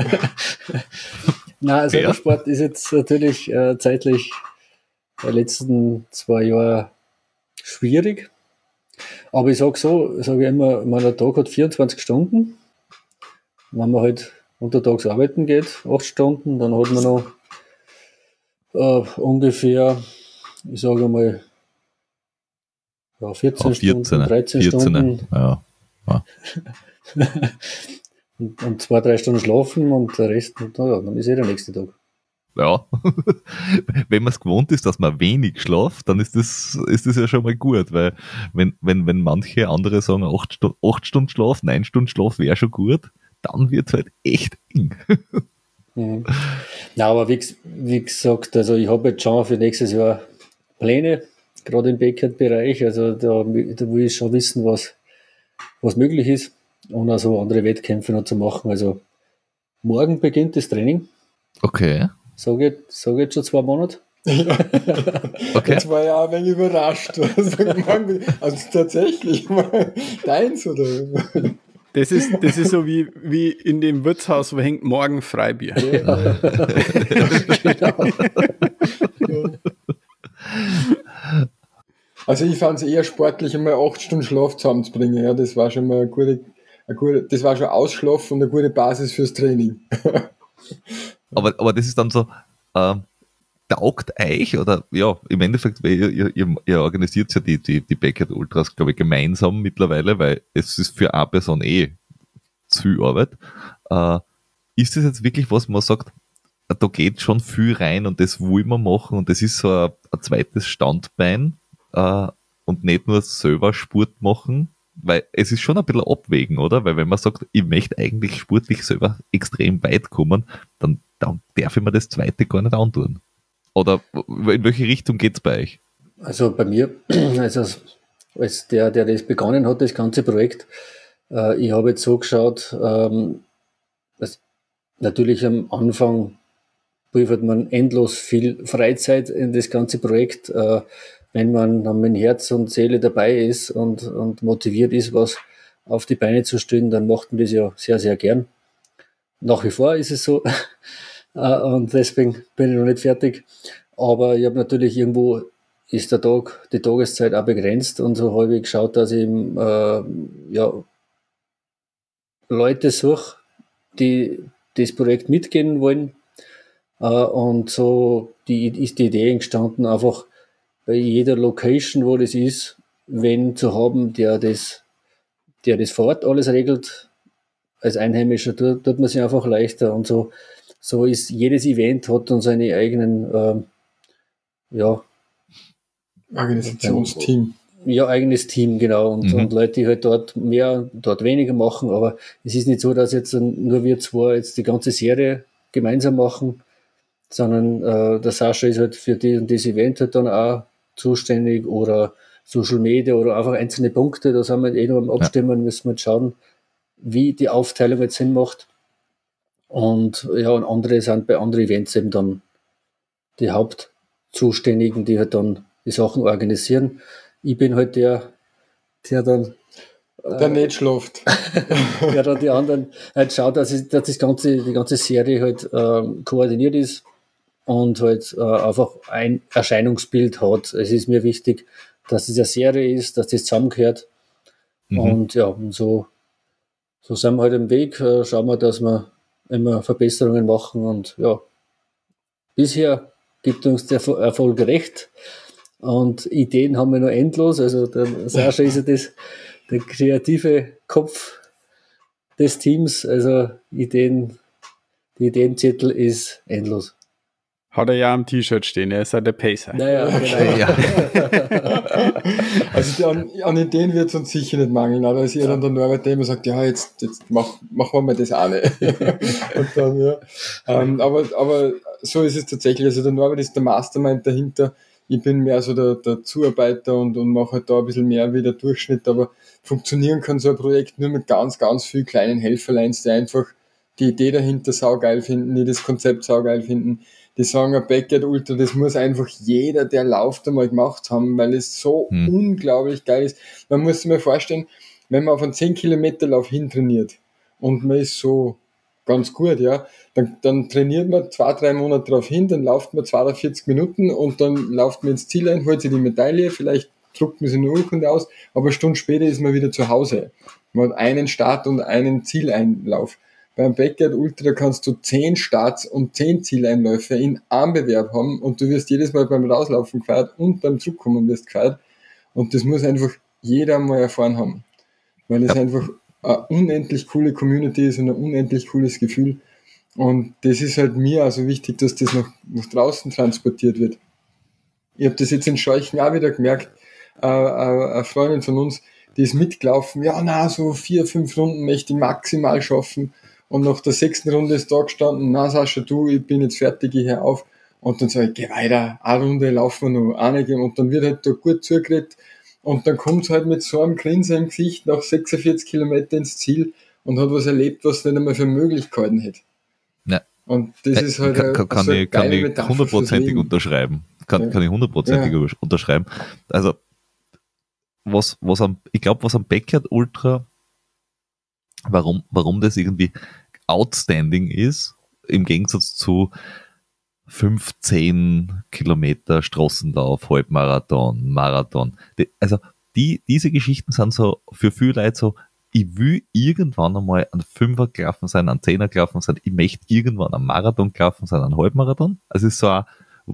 [SPEAKER 3] Nein, also
[SPEAKER 1] Ja.
[SPEAKER 3] der Sport ist jetzt natürlich äh, zeitlich die letzten zwei Jahre schwierig. Aber ich sage so, ich sage immer, mein Tag hat vierundzwanzig Stunden. Wenn man halt untertags arbeiten geht, acht Stunden, dann hat man noch äh, ungefähr, ich sage mal, ja, vierzehn
[SPEAKER 1] Auf vierzehn,
[SPEAKER 3] Stunden, dreizehn
[SPEAKER 1] vierzehn,
[SPEAKER 3] Stunden
[SPEAKER 1] ja.
[SPEAKER 3] und, und zwei, drei Stunden schlafen und der Rest, naja, dann ist eh der nächste Tag.
[SPEAKER 1] Ja. Wenn man es gewohnt ist, dass man wenig schlaft, dann ist das, ist das ja schon mal gut, weil wenn, wenn, wenn manche andere sagen, acht, Stu- acht Stunden Schlaf, neun Stunden Schlaf wäre schon gut, dann wird es halt echt eng.
[SPEAKER 3] Mhm. Ja, aber wie, ges- wie gesagt, also ich habe jetzt schon für nächstes Jahr Pläne, gerade im Backyard-Bereich. Also da, da will ich schon wissen, was, was möglich ist und also andere Wettkämpfe noch zu machen. Also morgen beginnt das Training.
[SPEAKER 1] Okay.
[SPEAKER 3] Sage ich, sag ich jetzt schon zwei Monate.
[SPEAKER 4] Ja.
[SPEAKER 1] Okay.
[SPEAKER 4] Jetzt war ich auch ein wenig überrascht. Also tatsächlich, deins oder?
[SPEAKER 2] Das ist, das ist so wie, wie in dem Wirtshaus, wo hängt morgen Freibier.
[SPEAKER 3] Ja. Genau.
[SPEAKER 4] Also ich fand es eher sportlich, einmal acht Stunden Schlaf zusammenzubringen. Ja, das war schon mal eine gute, eine gute, das war schon Ausschlaf und eine gute Basis fürs Training.
[SPEAKER 1] Aber, aber das ist dann so, äh, taugt euch oder ja, im Endeffekt, weil ihr, ihr, ihr, ihr organisiert ja die, die, die Backyard Ultras, glaube ich, gemeinsam mittlerweile, weil es ist für eine Person eh zu viel Arbeit. Äh, ist das jetzt wirklich was, man sagt, da geht schon viel rein und das will man machen und das ist so ein, ein zweites Standbein äh, und nicht nur selber Sport machen, weil es ist schon ein bisschen abwägen, oder? Weil wenn man sagt, ich möchte eigentlich sportlich selber extrem weit kommen, dann, dann darf ich mir das zweite gar nicht antun. Oder in welche Richtung geht es bei euch?
[SPEAKER 3] Also bei mir, also als der, der das begonnen hat, das ganze Projekt, äh, ich habe jetzt so geschaut, ähm, dass natürlich am Anfang prüft man endlos viel Freizeit in das ganze Projekt. Äh, wenn man dann mit Herz und Seele dabei ist und, und motiviert ist, was auf die Beine zu stellen, dann macht man das ja sehr, sehr gern. Nach wie vor ist es so. Und deswegen bin ich noch nicht fertig. Aber ich habe natürlich irgendwo, ist der Tag, die Tageszeit auch begrenzt und so habe ich geschaut, dass ich äh, ja, Leute suche, die das Projekt mitgehen wollen. Äh, und so die, ist die Idee entstanden, einfach bei jeder Location, wo das ist, wen zu haben, der das, der das vor Ort alles regelt. Als Einheimischer tut, tut man sich einfach leichter und so. So ist jedes Event hat dann seine eigenen, ähm, ja,
[SPEAKER 4] Organisationsteam.
[SPEAKER 3] Ja, eigenes Team, genau. Und,
[SPEAKER 1] Mhm.
[SPEAKER 3] und Leute, die halt dort mehr, dort weniger machen. Aber es ist nicht so, dass jetzt nur wir zwei jetzt die ganze Serie gemeinsam machen, sondern äh, der Sascha ist halt für die, das Event halt dann auch zuständig oder Social Media oder einfach einzelne Punkte. Da sind wir eh noch am Abstimmen, ja. Müssen wir jetzt schauen, wie die Aufteilung jetzt Sinn macht. Und ja, und andere sind bei anderen Events eben dann die Hauptzuständigen, die halt dann die Sachen organisieren. Ich bin halt der, der dann
[SPEAKER 4] der äh, nicht schläft.
[SPEAKER 3] der dann die anderen halt schaut, dass, ich, dass das ganze, die ganze Serie halt ähm, koordiniert ist und halt äh, einfach ein Erscheinungsbild hat. Es ist mir wichtig, dass es eine Serie ist, dass das zusammengehört. Mhm. Und ja, und so, so sind wir halt im Weg. Äh, schauen wir, dass wir immer Verbesserungen machen und ja, bisher gibt uns der Erfolg recht und Ideen haben wir noch endlos, also der Sascha ist ja das, der kreative Kopf des Teams, also Ideen, die Ideenzettel ist endlos.
[SPEAKER 2] Hat er ja am T-Shirt stehen, er ist ja der Pacer.
[SPEAKER 3] Naja, genau. Ja.
[SPEAKER 4] Also an, an Ideen wird es uns sicher nicht mangeln, aber als ihr dann der Norbert immer sagt, ja, jetzt, jetzt mach, machen wir das auch nicht. Und dann, ja. ähm, aber, aber so ist es tatsächlich. Also der Norbert ist der Mastermind dahinter. Ich bin mehr so der, der Zuarbeiter und, und mache halt da ein bisschen mehr wie der Durchschnitt, aber funktionieren kann so ein Projekt nur mit ganz, ganz vielen kleinen Helferleins, die einfach die Idee dahinter saugeil finden, die das Konzept saugeil finden. Die sagen, ein Backyard Ultra, das muss einfach jeder, der läuft, einmal gemacht haben, weil es so hm. unglaublich geil ist. Man muss sich mal vorstellen, wenn man auf einen zehn Kilometer Lauf hintrainiert und man ist so ganz gut, ja, dann, dann trainiert man zwei, drei Monate drauf hin, dann läuft man zweiundvierzig Minuten und dann läuft man ins Ziel ein, holt sich die Medaille, vielleicht druckt man sich eine Urkunde aus, aber eine Stunde später ist man wieder zu Hause. Man hat einen Start und einen Zieleinlauf. Beim Backyard Ultra kannst du zehn Starts und zehn Zieleinläufe in einem Bewerb haben und du wirst jedes Mal beim Rauslaufen gefeiert und beim Zurückkommen wirst gefeiert. Und das muss einfach jeder mal erfahren haben. Weil es ja. einfach eine unendlich coole Community ist und ein unendlich cooles Gefühl. Und das ist halt mir also wichtig, dass das nach, nach draußen transportiert wird. Ich habe das jetzt in Scheuchen auch wieder gemerkt. Äh, eine Freundin von uns, die ist mitgelaufen. Ja, na, so vier, fünf Runden möchte ich maximal schaffen. Und nach der sechsten Runde ist da gestanden, na Sascha, du, ich bin jetzt fertig, ich hör auf. Und dann sage ich, geh weiter, eine Runde laufen wir noch, einige. Und dann wird halt da gut zugeredet. und dann kommt halt mit so einem Grinsen im Gesicht nach sechsundvierzig Kilometer ins Ziel und hat was erlebt, was er nicht einmal für Möglichkeiten hätte.
[SPEAKER 1] Ja.
[SPEAKER 4] Und das ist halt
[SPEAKER 1] kann, kann, kann
[SPEAKER 4] so
[SPEAKER 1] ich, kann ich hundertprozentig unterschreiben. Kann,
[SPEAKER 4] ja.
[SPEAKER 1] kann ich hundertprozentig ja. unterschreiben. Also, was, was am, ich glaube, was am Backyard Ultra, warum, warum das irgendwie outstanding ist, im Gegensatz zu fünfzehn Kilometer Straßenlauf, Halbmarathon, Marathon. Die, also, die, diese Geschichten sind so für viele Leute so, ich will irgendwann einmal einen Fünfer gelaufen sein, einen Zehner gelaufen sein, ich möchte irgendwann einen Marathon gelaufen sein, einen Halbmarathon. Also es ist so ein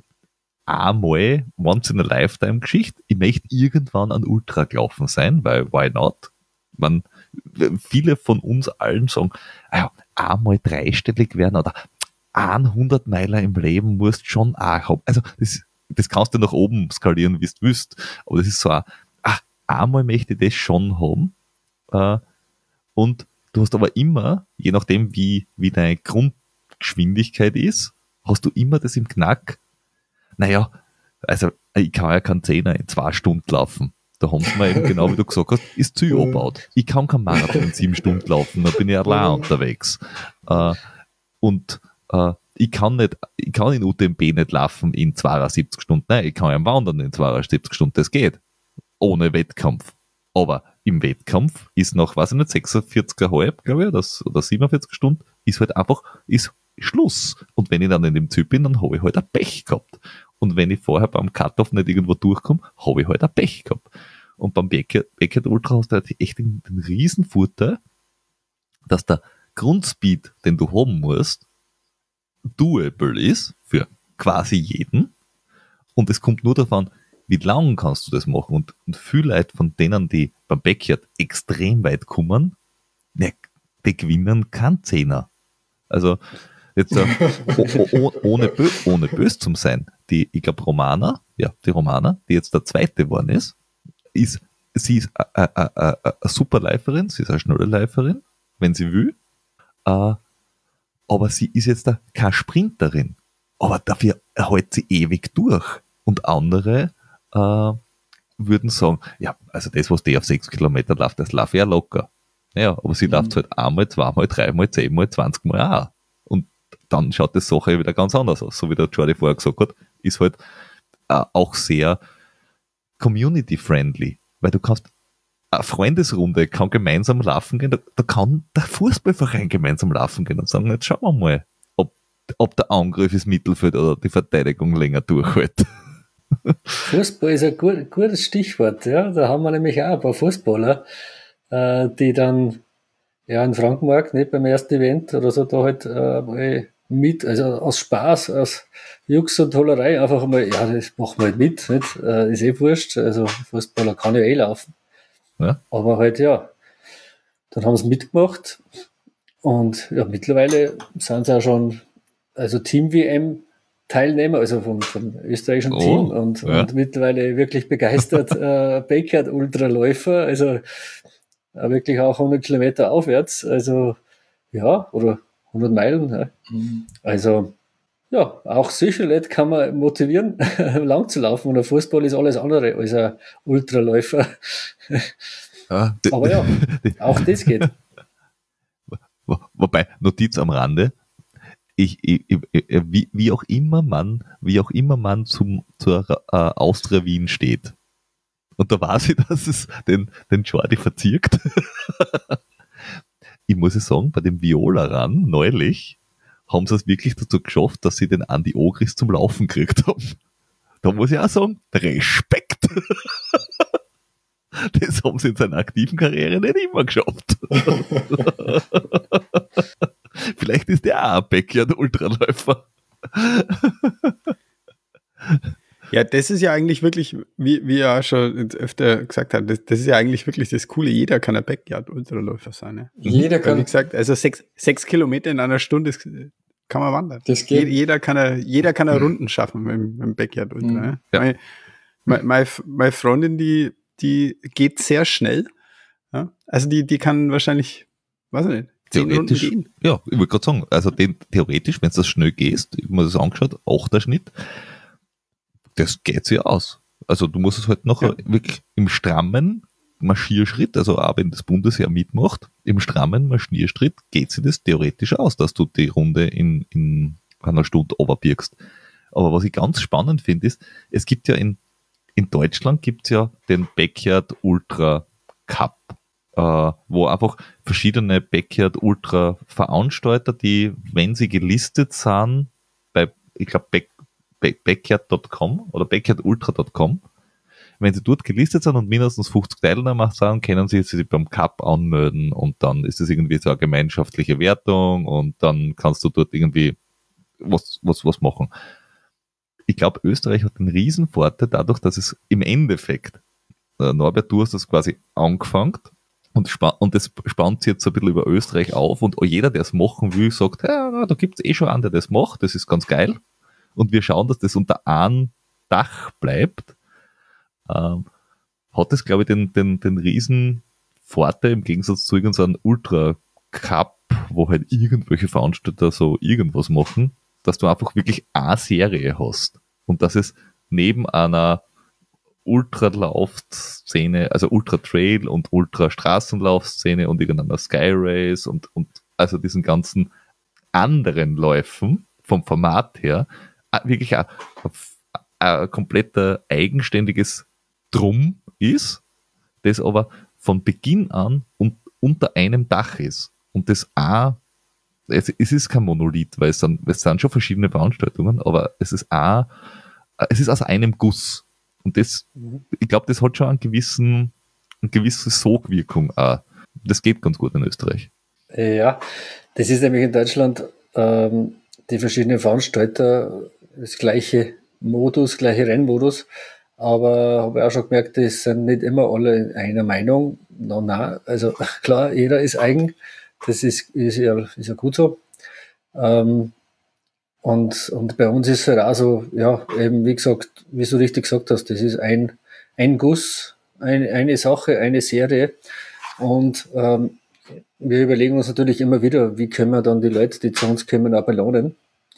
[SPEAKER 1] einmal once in a lifetime Geschichte. Ich möchte irgendwann einen Ultra gelaufen sein, weil why not? Man, viele von uns allen sagen, ah, einmal dreistellig werden oder hundert Meiler im Leben musst schon auch haben. Also das, das kannst du nach oben skalieren, wie du willst. Aber das ist so ein, ach, einmal möchte ich das schon haben. Uh, und du hast aber immer, je nachdem wie, wie deine Grundgeschwindigkeit ist, hast du immer das im Knack. Naja, also ich kann ja keinen Zehner in zwei Stunden laufen. Da haben sie mir eben genau wie du gesagt hast, ist zu angebaut. Ich kann keinen Marathon in sieben Stunden laufen, da bin ich allein unterwegs. Uh, und uh, ich kann nicht, ich kann in U T M B nicht laufen in zweiundsiebzig Stunden. Nein, ich kann ja wandern in zweiundsiebzig Stunden, das geht. Ohne Wettkampf. Aber im Wettkampf ist nach, weiß ich nicht, sechsundvierzig Komma fünf, glaube ich, das, oder siebenundvierzig Stunden, ist halt einfach, ist Schluss. Und wenn ich dann in dem Ziel bin, dann habe ich halt ein Pech gehabt. Und wenn ich vorher beim Cut-Off nicht irgendwo durchkomme, habe ich halt ein Pech gehabt. Und beim Backyard Ultra hast du halt echt den, den riesen Vorteil, dass der Grundspeed, den du haben musst, doable ist für quasi jeden. Und es kommt nur davon, wie lang kannst du das machen? Und, und viele Leute von denen, die beim Backyard extrem weit kommen, ne, die gewinnen keinen Zehner. Also, jetzt, äh, oh, oh, ohne, bö, ohne böse zu sein, die, ich glaube, Romana, ja, die Romana, die jetzt der Zweite geworden ist, ist, sie ist eine super Läuferin, sie ist eine schnelle Läuferin, wenn sie will, äh, aber sie ist jetzt da keine Sprinterin. Aber dafür hält sie ewig durch. Und andere, Uh, würden sagen, ja, also das, was die auf sechs Kilometer läuft, das läuft ja locker. Ja, aber sie mhm. läuft halt einmal, zweimal, dreimal, zehnmal, zwanzigmal auch. Und dann schaut die Sache wieder ganz anders aus. So wie der Jordi vorher gesagt hat, ist halt uh, auch sehr community-friendly. Weil du kannst, eine Freundesrunde kann gemeinsam laufen gehen, da, da kann der Fußballverein gemeinsam laufen gehen und sagen, jetzt schauen wir mal, ob, ob der Angriff ins Mittelfeld oder die Verteidigung länger durchhält.
[SPEAKER 3] Fußball ist ein gut, gutes Stichwort, ja. Da haben wir nämlich auch ein paar Fußballer, äh, die dann ja in Frankenmarkt, nicht beim ersten Event oder so, da halt äh, mal mit, also aus Spaß, aus Jux und Tollerei einfach mal, ja, das machen wir halt mit, nicht? Äh, ist eh wurscht, also Fußballer kann ja eh laufen. Ja. Aber halt, ja, dann haben sie mitgemacht und ja, mittlerweile sind sie auch schon, also Team-W M Teilnehmer, also vom, vom österreichischen oh, Team und, ja. und mittlerweile wirklich begeistert äh, Backyard Ultraläufer, also äh, wirklich auch hundert Kilometer aufwärts, also ja, oder hundert Meilen. Ja. Mhm. Also ja, auch solche Leute kann man motivieren, lang zu laufen, und der Fußball ist alles andere als ein Ultraläufer. Ja, d- Aber ja, auch das geht.
[SPEAKER 1] Wobei, Notiz am Rande, Ich, ich, ich, wie, wie auch immer man, wie auch immer man zum, zur äh, Austria Wien steht. Und da weiß ich, dass es den, den Jordi verzirkt. Ich muss es sagen, bei dem Viola ran, neulich, haben sie es wirklich dazu geschafft, dass sie den Andi Ogris zum Laufen gekriegt haben. Da muss ich auch sagen, Respekt. Das haben sie in seiner aktiven Karriere nicht immer geschafft. Vielleicht ist der auch ein Backyard-Ultraläufer.
[SPEAKER 2] Ja, das ist ja eigentlich wirklich, wie, wie er schon öfter gesagt hat, das, das ist ja eigentlich wirklich das Coole. Jeder kann ein Backyard-Ultraläufer sein. Ne?
[SPEAKER 4] Jeder kann.
[SPEAKER 2] Wie gesagt, also sechs, sechs Kilometer in einer Stunde kann man wandern.
[SPEAKER 4] Das geht.
[SPEAKER 2] Jeder kann eine, jeder kann eine Runden schaffen mit, mit dem Backyard-Ultra. Mhm. Ne? Ja. Meine, meine, meine Freundin, die, die geht sehr schnell. Ja? Also die, die kann wahrscheinlich, weiß ich nicht,
[SPEAKER 1] theoretisch, ja, ich wollte gerade sagen, also den, theoretisch, wenn du das schnell gehst, ich habe mir das angeschaut, achter Schnitt, das geht sich aus. also du musst es halt noch ja. wirklich im strammen Marschierschritt, also auch wenn das Bundesheer mitmacht, im strammen Marschierschritt geht sich das theoretisch aus, dass du die Runde in, in einer Stunde runterbirgst. Aber was ich ganz spannend finde, ist, es gibt ja in, in Deutschland gibt's ja den Backyard Ultra Cup, äh, wo einfach verschiedene Backyard Ultra Veranstalter, die, wenn sie gelistet sind, bei, ich glaube, back, back, backyard Punkt com oder backyard ultra Punkt com, wenn sie dort gelistet sind und mindestens fünfzig Teilnehmer sind, können sie sich beim Cup anmelden und dann ist es irgendwie so eine gemeinschaftliche Wertung und dann kannst du dort irgendwie was, was, was machen. Ich glaube, Österreich hat einen riesen Vorteil dadurch, dass es im Endeffekt, äh, Norbert, du hast das quasi angefangen und, spa- und das spannt sich jetzt so ein bisschen über Österreich auf und jeder, der es machen will, sagt, ja, da gibt es eh schon einen, der das macht, das ist ganz geil und wir schauen, dass das unter einem Dach bleibt. Ähm, hat es, glaube ich, den, den, den riesen Vorteil im Gegensatz zu irgendeinem Ultra-Cup, wo halt irgendwelche Veranstalter so irgendwas machen, dass du einfach wirklich eine Serie hast und dass es neben einer Ultralaufszene, also Ultra-Trail und Ultra-Straßenlaufszene und irgendeiner Sky Race und, und also diesen ganzen anderen Läufen vom Format her wirklich ein, ein kompletter eigenständiges Drum ist, das aber von Beginn an und unter einem Dach ist. Und das auch, es, es ist kein Monolith, weil es sind, es sind schon verschiedene Veranstaltungen, aber es ist auch, es ist aus einem Guss. Und das, ich glaube, das hat schon einen gewissen, eine gewisse Sogwirkung auch. Das geht ganz gut in Österreich.
[SPEAKER 3] Ja, das ist nämlich in Deutschland, ähm, die verschiedenen Veranstalter, das gleiche Modus, gleiche Rennmodus. Aber habe ich auch schon gemerkt, die sind nicht immer alle einer Meinung. No, na, also klar, jeder ist eigen. Das ist, ist, ja, ist ja gut so. Ähm, und, und bei uns ist es halt auch so, ja, eben wie gesagt, wie du richtig gesagt hast, das ist ein, ein Guss, ein, eine Sache, eine Serie. Und ähm, wir überlegen uns natürlich immer wieder, wie können wir dann die Leute, die zu uns kommen, auch belohnen.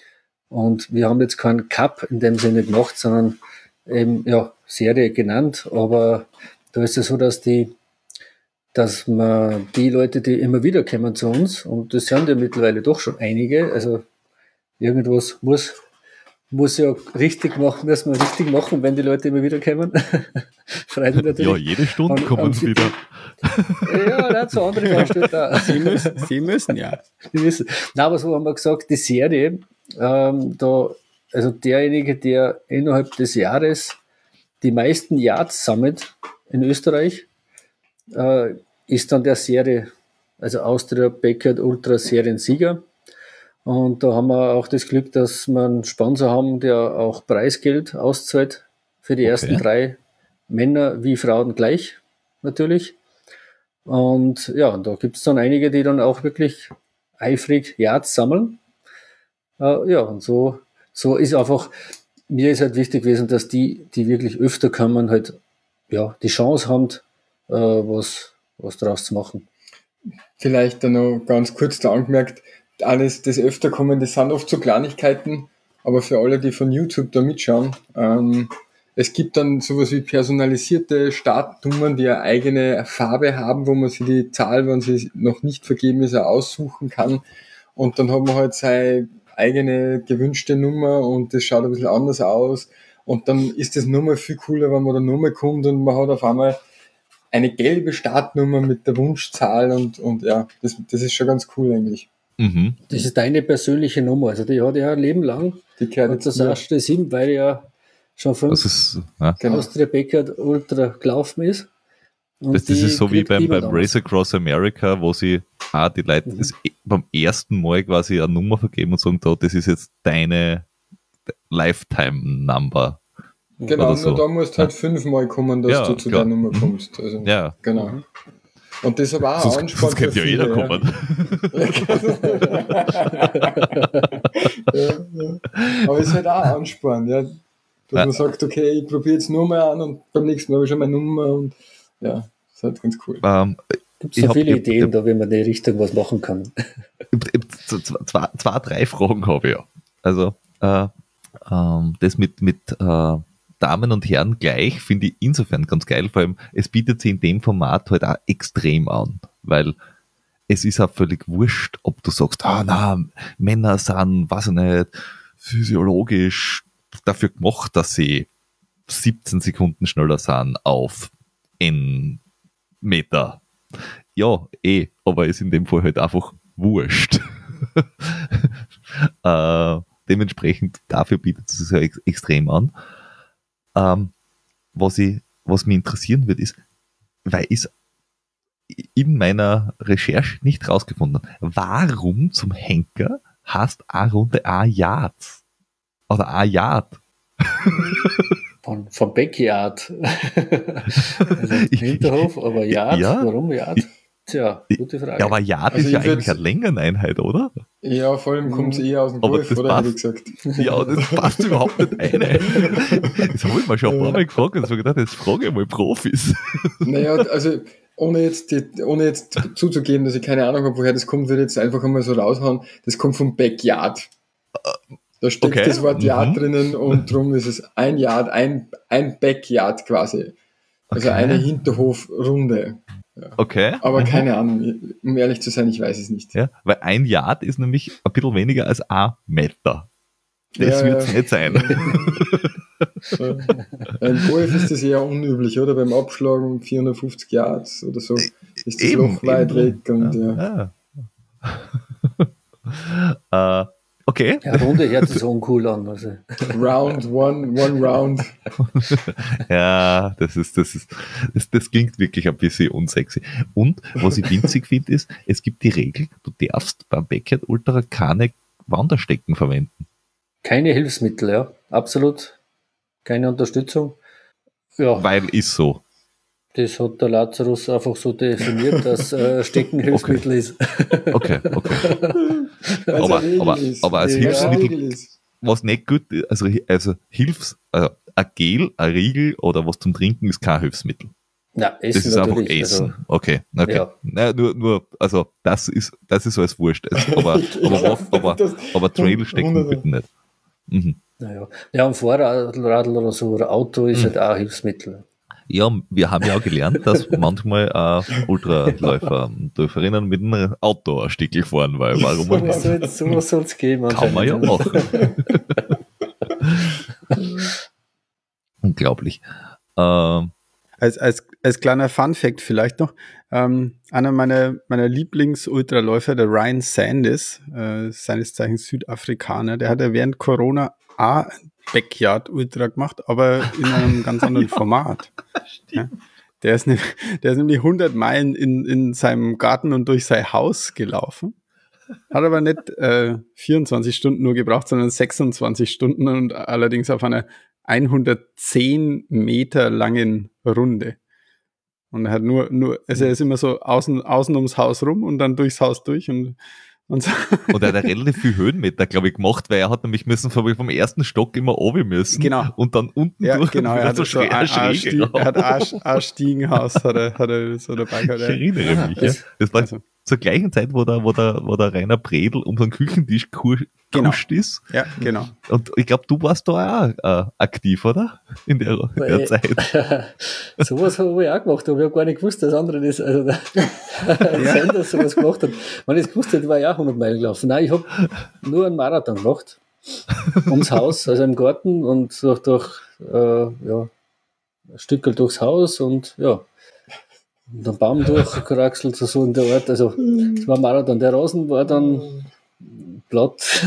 [SPEAKER 3] Und wir haben jetzt keinen Cup in dem Sinne gemacht, sondern eben, ja, Serie genannt, aber da ist es so, dass die, dass man die Leute, die immer wieder kommen zu uns, und das sind ja mittlerweile doch schon einige, also irgendwas muss, muss ja richtig machen, müssen wir richtig machen, wenn die Leute immer wieder kommen. Freut mich natürlich.
[SPEAKER 1] Ja, jede Stunde und, kommen und sie wieder.
[SPEAKER 3] Ja, nicht so andere Veranstalter.
[SPEAKER 2] Sie müssen, sie müssen, ja.
[SPEAKER 3] Sie müssen. Nein, aber so haben wir gesagt, die Serie, ähm, da, also derjenige, der innerhalb des Jahres die meisten Yards sammelt in Österreich, äh, ist dann der Serie, also Austria Backyard Ultra Seriensieger. Und da haben wir auch das Glück, dass wir einen Sponsor haben, der auch Preisgeld auszahlt für die okay. ersten drei Männer wie Frauen gleich, natürlich. Und ja, da gibt es dann einige, die dann auch wirklich eifrig Yards sammeln. Äh, ja, und so, so ist einfach, mir ist halt wichtig gewesen, dass die, die wirklich öfter kommen, halt, ja, die Chance haben, äh, was, was daraus zu machen.
[SPEAKER 4] Vielleicht dann noch ganz kurz da angemerkt, alles, das öfter kommen, das sind oft so Kleinigkeiten, aber für alle, die von YouTube da mitschauen, ähm, es gibt dann sowas wie personalisierte Startnummern, die eine eigene Farbe haben, wo man sich die Zahl, wenn sie noch nicht vergeben ist, auch aussuchen kann. Und dann hat man halt seine eigene gewünschte Nummer und das schaut ein bisschen anders aus. Und dann ist das nur mal viel cooler, wenn man da nur mal kommt und man hat auf einmal eine gelbe Startnummer mit der Wunschzahl und, und ja, das, das ist schon ganz cool eigentlich.
[SPEAKER 1] Mhm.
[SPEAKER 3] Das ist deine persönliche Nummer, also die hat ja ein Leben lang.
[SPEAKER 4] Die gehört
[SPEAKER 3] und das erste sieben, weil ja schon fünf
[SPEAKER 1] das ist, ja.
[SPEAKER 3] Austria Backyard Ultra gelaufen ist.
[SPEAKER 1] Und das, das ist so wie beim, beim Race Across America, wo sie ah, die Leute mhm. das beim ersten Mal quasi eine Nummer vergeben und sagen, da, das ist jetzt deine Lifetime-Number.
[SPEAKER 4] Genau,
[SPEAKER 1] so.
[SPEAKER 4] nur da musst du halt ja. fünfmal kommen, dass
[SPEAKER 1] ja,
[SPEAKER 4] du zu
[SPEAKER 1] klar.
[SPEAKER 4] der Nummer kommst. Also,
[SPEAKER 1] ja.
[SPEAKER 4] Genau. Mhm. Und das aber auch
[SPEAKER 1] sonst,
[SPEAKER 4] Ansporn.
[SPEAKER 1] Sonst könnte ja jeder ja. kommen.
[SPEAKER 4] ja, ja. Aber es ist halt auch Ansporn, ja. Dass ja. man sagt, okay, ich probiere jetzt nur mal an und beim nächsten Mal habe ich schon meine Nummer und ja, das ist halt ganz cool.
[SPEAKER 1] Um,
[SPEAKER 3] Gibt es so viele hab, Ideen, hab, da wie man in die Richtung was machen kann?
[SPEAKER 1] zwei, zwei, drei Fragen habe ich ja. Also, äh, ähm, das mit, mit äh, Damen und Herren gleich finde ich insofern ganz geil, vor allem es bietet sich in dem Format halt auch extrem an, weil es ist auch völlig wurscht, ob du sagst, ah na, Männer sind, weiß ich nicht, physiologisch dafür gemacht, dass sie siebzehn Sekunden schneller sind auf N Meter. Ja, eh, aber ist in dem Fall halt einfach wurscht. äh, dementsprechend dafür bietet es sich ja ex- extrem an. Ähm, was, ich, was mich interessieren wird, ist, weil ich in meiner Recherche nicht rausgefunden habe, warum zum Henker heißt eine Runde ein Yard? Oder ein Yard?
[SPEAKER 3] Von, vom Backyard. Also Hinterhof, aber Yard,
[SPEAKER 1] Ja,
[SPEAKER 3] warum Yard?
[SPEAKER 1] ich-
[SPEAKER 3] Tja, gute Frage.
[SPEAKER 1] Ja, aber Yard
[SPEAKER 4] Also
[SPEAKER 1] ist ja
[SPEAKER 4] ich würd-
[SPEAKER 1] eigentlich eine Längeneinheit, oder?
[SPEAKER 4] Ja, vor allem kommt es eher aus dem
[SPEAKER 1] Aber
[SPEAKER 4] Golf,
[SPEAKER 1] das
[SPEAKER 4] oder? Hätte ich
[SPEAKER 1] passt.
[SPEAKER 4] gesagt.
[SPEAKER 1] Ja, das passt überhaupt nicht rein. Das habe ich mir schon ein paar Mal gefragt und so gedacht, jetzt frage ich mal Profis.
[SPEAKER 4] Naja, also ohne jetzt, die, ohne jetzt zuzugeben, dass ich keine Ahnung habe, woher das kommt, würde ich jetzt einfach einmal so raushauen. Das kommt vom Backyard. Da steckt
[SPEAKER 1] Okay.
[SPEAKER 4] das Wort Yard
[SPEAKER 1] Mhm.
[SPEAKER 4] drinnen und darum ist es ein Yard, ein, ein Backyard quasi. Also
[SPEAKER 1] Okay.
[SPEAKER 4] eine Hinterhofrunde.
[SPEAKER 1] Okay.
[SPEAKER 4] Aber
[SPEAKER 1] Mhm.
[SPEAKER 4] keine Ahnung, um ehrlich zu sein, ich weiß es nicht.
[SPEAKER 1] Ja, weil ein Yard ist nämlich ein bisschen weniger als ein Meter. Das
[SPEAKER 4] Ja,
[SPEAKER 1] wird es
[SPEAKER 4] ja.
[SPEAKER 1] nicht sein.
[SPEAKER 4] Beim Golf ist das eher unüblich, oder? Beim Abschlagen vierhundertfünfzig Yards oder so ist das
[SPEAKER 1] Eben,
[SPEAKER 4] Loch weit
[SPEAKER 1] eben.
[SPEAKER 4] weg. Und, ja.
[SPEAKER 1] Ja. äh, okay.
[SPEAKER 3] Ja, Runde hört sich so uncool an. Also.
[SPEAKER 4] Round, one, one round.
[SPEAKER 1] Ja, das ist, das ist, das, das klingt wirklich ein bisschen unsexy. Und was ich winzig finde, ist, es gibt die Regel, du darfst beim Backyard Ultra keine Wanderstecken verwenden.
[SPEAKER 3] Keine Hilfsmittel, ja. Absolut. Keine Unterstützung. Ja,
[SPEAKER 1] Weil ist so.
[SPEAKER 3] das hat der Lazarus einfach so definiert, dass äh, Stecken Hilfsmittel ist.
[SPEAKER 1] Okay, okay.
[SPEAKER 4] Weil's
[SPEAKER 1] Aber-
[SPEAKER 4] eine Regel
[SPEAKER 1] aber-
[SPEAKER 4] ist.
[SPEAKER 1] aber als
[SPEAKER 4] Ja,
[SPEAKER 1] Hilfsmittel-
[SPEAKER 4] Regel ist.
[SPEAKER 1] Was nicht gut ist, also, also Hilfs, also ein Gel, ein Riegel oder was zum Trinken ist kein Hilfsmittel.
[SPEAKER 3] Na,
[SPEAKER 1] Das
[SPEAKER 3] Essen
[SPEAKER 1] ist einfach
[SPEAKER 3] natürlich.
[SPEAKER 1] Essen.
[SPEAKER 3] Also,
[SPEAKER 1] Okay, okay.
[SPEAKER 3] Ja.
[SPEAKER 1] Na, nur, nur, also das ist, das ist alles wurscht. Es- Aber, aber,
[SPEAKER 4] Ja,
[SPEAKER 1] aber,
[SPEAKER 4] das-
[SPEAKER 1] aber Trailstecken
[SPEAKER 4] Wunderbar.
[SPEAKER 1] bitte nicht. Mhm.
[SPEAKER 3] naja. Ja, ein Fahrradl oder so, oder Auto ist
[SPEAKER 1] Mhm.
[SPEAKER 3] halt auch ein Hilfsmittel.
[SPEAKER 1] Ja, wir haben ja auch gelernt, dass manchmal äh, Ultraläufer und Läuferinnen mit einem Auto ein Stückchen fahren, weil warum auch
[SPEAKER 3] Was
[SPEAKER 1] nicht?
[SPEAKER 3] soll soll es geben?
[SPEAKER 1] Kann man ja
[SPEAKER 3] anscheinend.
[SPEAKER 1] machen. Unglaublich. Ähm,
[SPEAKER 2] Als, als, als kleiner Fun-Fact vielleicht noch, ähm, einer meiner, meiner Lieblings-Ultraläufer, der Ryan Sanders, äh, seines Zeichens Südafrikaner, der hat ja während Corona auch ein Backyard-Ultra gemacht, aber in einem ganz anderen Format. Ja. Der, ist ne, der ist nämlich hundert Meilen in, in seinem Garten und durch sein Haus gelaufen. Hat aber nicht äh, vierundzwanzig Stunden nur gebraucht, sondern sechsundzwanzig Stunden und allerdings auf einer hundertzehn Meter langen Runde. Und er hat nur, nur, also er ist immer so außen, außen ums Haus rum und dann durchs Haus durch und, und so.
[SPEAKER 1] und er hat ja relativ viel Höhenmeter, glaube ich, gemacht, weil er hat nämlich müssen vom vom ersten Stock immer runter müssen.
[SPEAKER 2] Genau.
[SPEAKER 1] Und dann unten
[SPEAKER 2] Ja,
[SPEAKER 1] durch.
[SPEAKER 2] genau, er
[SPEAKER 1] wieder
[SPEAKER 2] hat so
[SPEAKER 1] schräg-
[SPEAKER 2] ein, ein,
[SPEAKER 1] schräg
[SPEAKER 2] Stieg, er hat
[SPEAKER 1] raus.
[SPEAKER 2] ein, ein Stiegenhaus, hat er, hat er so dabei gehabt.
[SPEAKER 1] Ich
[SPEAKER 2] Ja.
[SPEAKER 1] erinnere mich, ja.
[SPEAKER 3] das-
[SPEAKER 1] Das war
[SPEAKER 2] Also,
[SPEAKER 1] zur gleichen Zeit, wo der, wo der, wo der Rainer Bredel um so einen Küchentisch kur-
[SPEAKER 2] Genau.
[SPEAKER 1] kuscht ist.
[SPEAKER 2] ja, genau.
[SPEAKER 1] Und ich glaube, du warst da auch äh, aktiv, oder? In der, in der
[SPEAKER 3] Weil-
[SPEAKER 1] Zeit.
[SPEAKER 3] Sowas habe ich auch gemacht, aber ich habe gar nicht gewusst, dass andere das, also der Sender sowas gemacht hat. Wenn ich es gewusst hätte, war ich auch hundert Meilen gelaufen. Nein, ich habe nur einen Marathon gemacht. Ums Haus, also im Garten und durch, durch äh, ja, ein Stückel durchs Haus und ja, und einen Baum durchgeraxelt, so in der Art. Also, es war ein Marathon. Der Rasen war dann platt.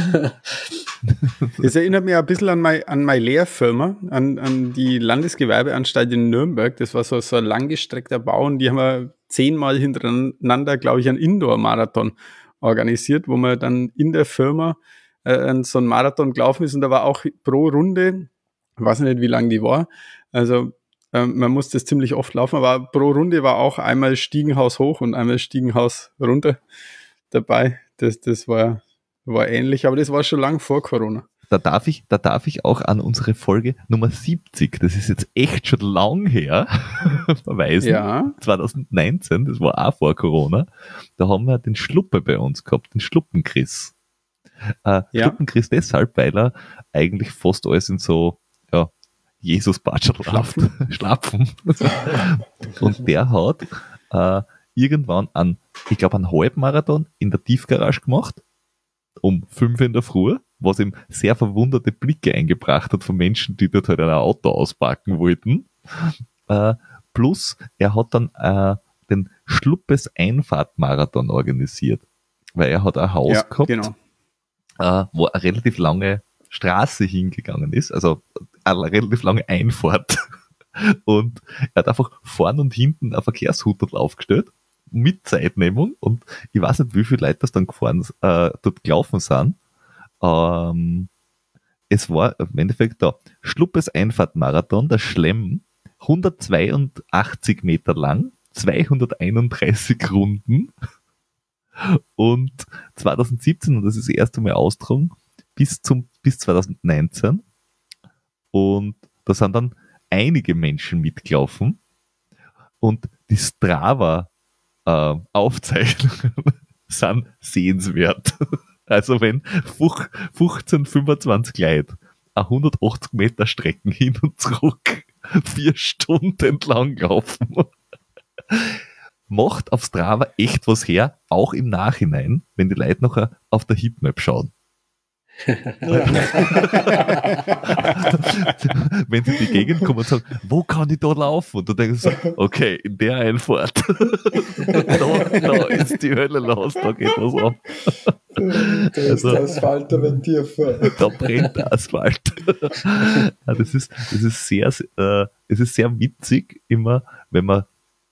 [SPEAKER 2] Das erinnert mich ein bisschen an meine, an meine Lehrfirma, an, an die Landesgewerbeanstalt in Nürnberg. Das war so, so ein langgestreckter Bau und die haben wir zehnmal hintereinander, glaube ich, einen Indoor-Marathon organisiert, wo man dann in der Firma äh, so ein Marathon gelaufen ist und da war auch pro Runde, ich weiß nicht, wie lang die war, also ähm, man musste das ziemlich oft laufen, aber pro Runde war auch einmal Stiegenhaus hoch und einmal Stiegenhaus runter dabei. Das, das war, war ähnlich, aber das war schon lang vor Corona.
[SPEAKER 1] Da darf ich, da darf ich auch an unsere Folge Nummer siebzig, das ist jetzt echt schon lang her, verweisen.
[SPEAKER 2] Ja.
[SPEAKER 1] zwanzig neunzehn, das war auch vor Corona. Da haben wir den Schluppe bei uns gehabt, den Schluppenchris. Äh,
[SPEAKER 2] Ja.
[SPEAKER 1] Schluppenchris deshalb, weil er eigentlich fast alles in so, ja, Jesus Batschel Schlapfen. Schlapfen. Und der hat äh, irgendwann einen, ich glaube, einen Halbmarathon in der Tiefgarage gemacht, um fünf in der Früh, was ihm sehr verwunderte Blicke eingebracht hat von Menschen, die dort halt ein Auto ausparken wollten. Äh, plus, er hat dann äh, den Schluppes-Einfahrt-Marathon organisiert, weil er hat ein Haus
[SPEAKER 2] Ja,
[SPEAKER 1] gehabt,
[SPEAKER 2] genau.
[SPEAKER 1] äh, wo eine relativ lange Straße hingegangen ist, also eine relativ lange Einfahrt. Und er hat einfach vorn und hinten ein Verkehrshutel aufgestellt, mit Zeitnehmung, und ich weiß nicht, wie viele Leute das dann gefahren, äh, dort gelaufen sind. Ähm, es war im Endeffekt da Schluppes Einfahrt-Marathon, der Schlemm, hundertzweiundachtzig Meter lang, zweihunderteinunddreißig Runden, und zwanzig siebzehn, und das ist das erste Mal austragen, bis zum, bis zwanzig neunzehn, und da sind dann einige Menschen mitgelaufen, und die Strava äh, Aufzeichnungen sind sehenswert. Also wenn fünfzehn, fünfundzwanzig Leute eine hundertachtzig Meter Strecken hin und zurück vier Stunden lang laufen, macht auf Strava echt was her, auch im Nachhinein, wenn die Leute nachher auf der Heatmap schauen. Wenn sie in die Gegend kommen und sagen, wo kann ich da laufen? Und du denkst so, okay, in der Einfahrt, da, da ist die Hölle los, da geht was ab.
[SPEAKER 4] Da ist
[SPEAKER 1] Also,
[SPEAKER 4] der Asphalt ein wenig tiefer.
[SPEAKER 1] Da brennt der Asphalt. Ja, das ist, das ist sehr, äh, es ist sehr witzig immer, wenn man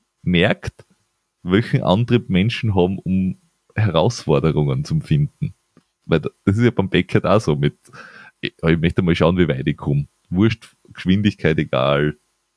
[SPEAKER 1] merkt, welchen Antrieb Menschen haben, um Herausforderungen zu finden. Weil das ist ja beim Bäcker auch so mit, ich möchte mal schauen, wie weit ich komme. Wurscht, Geschwindigkeit egal,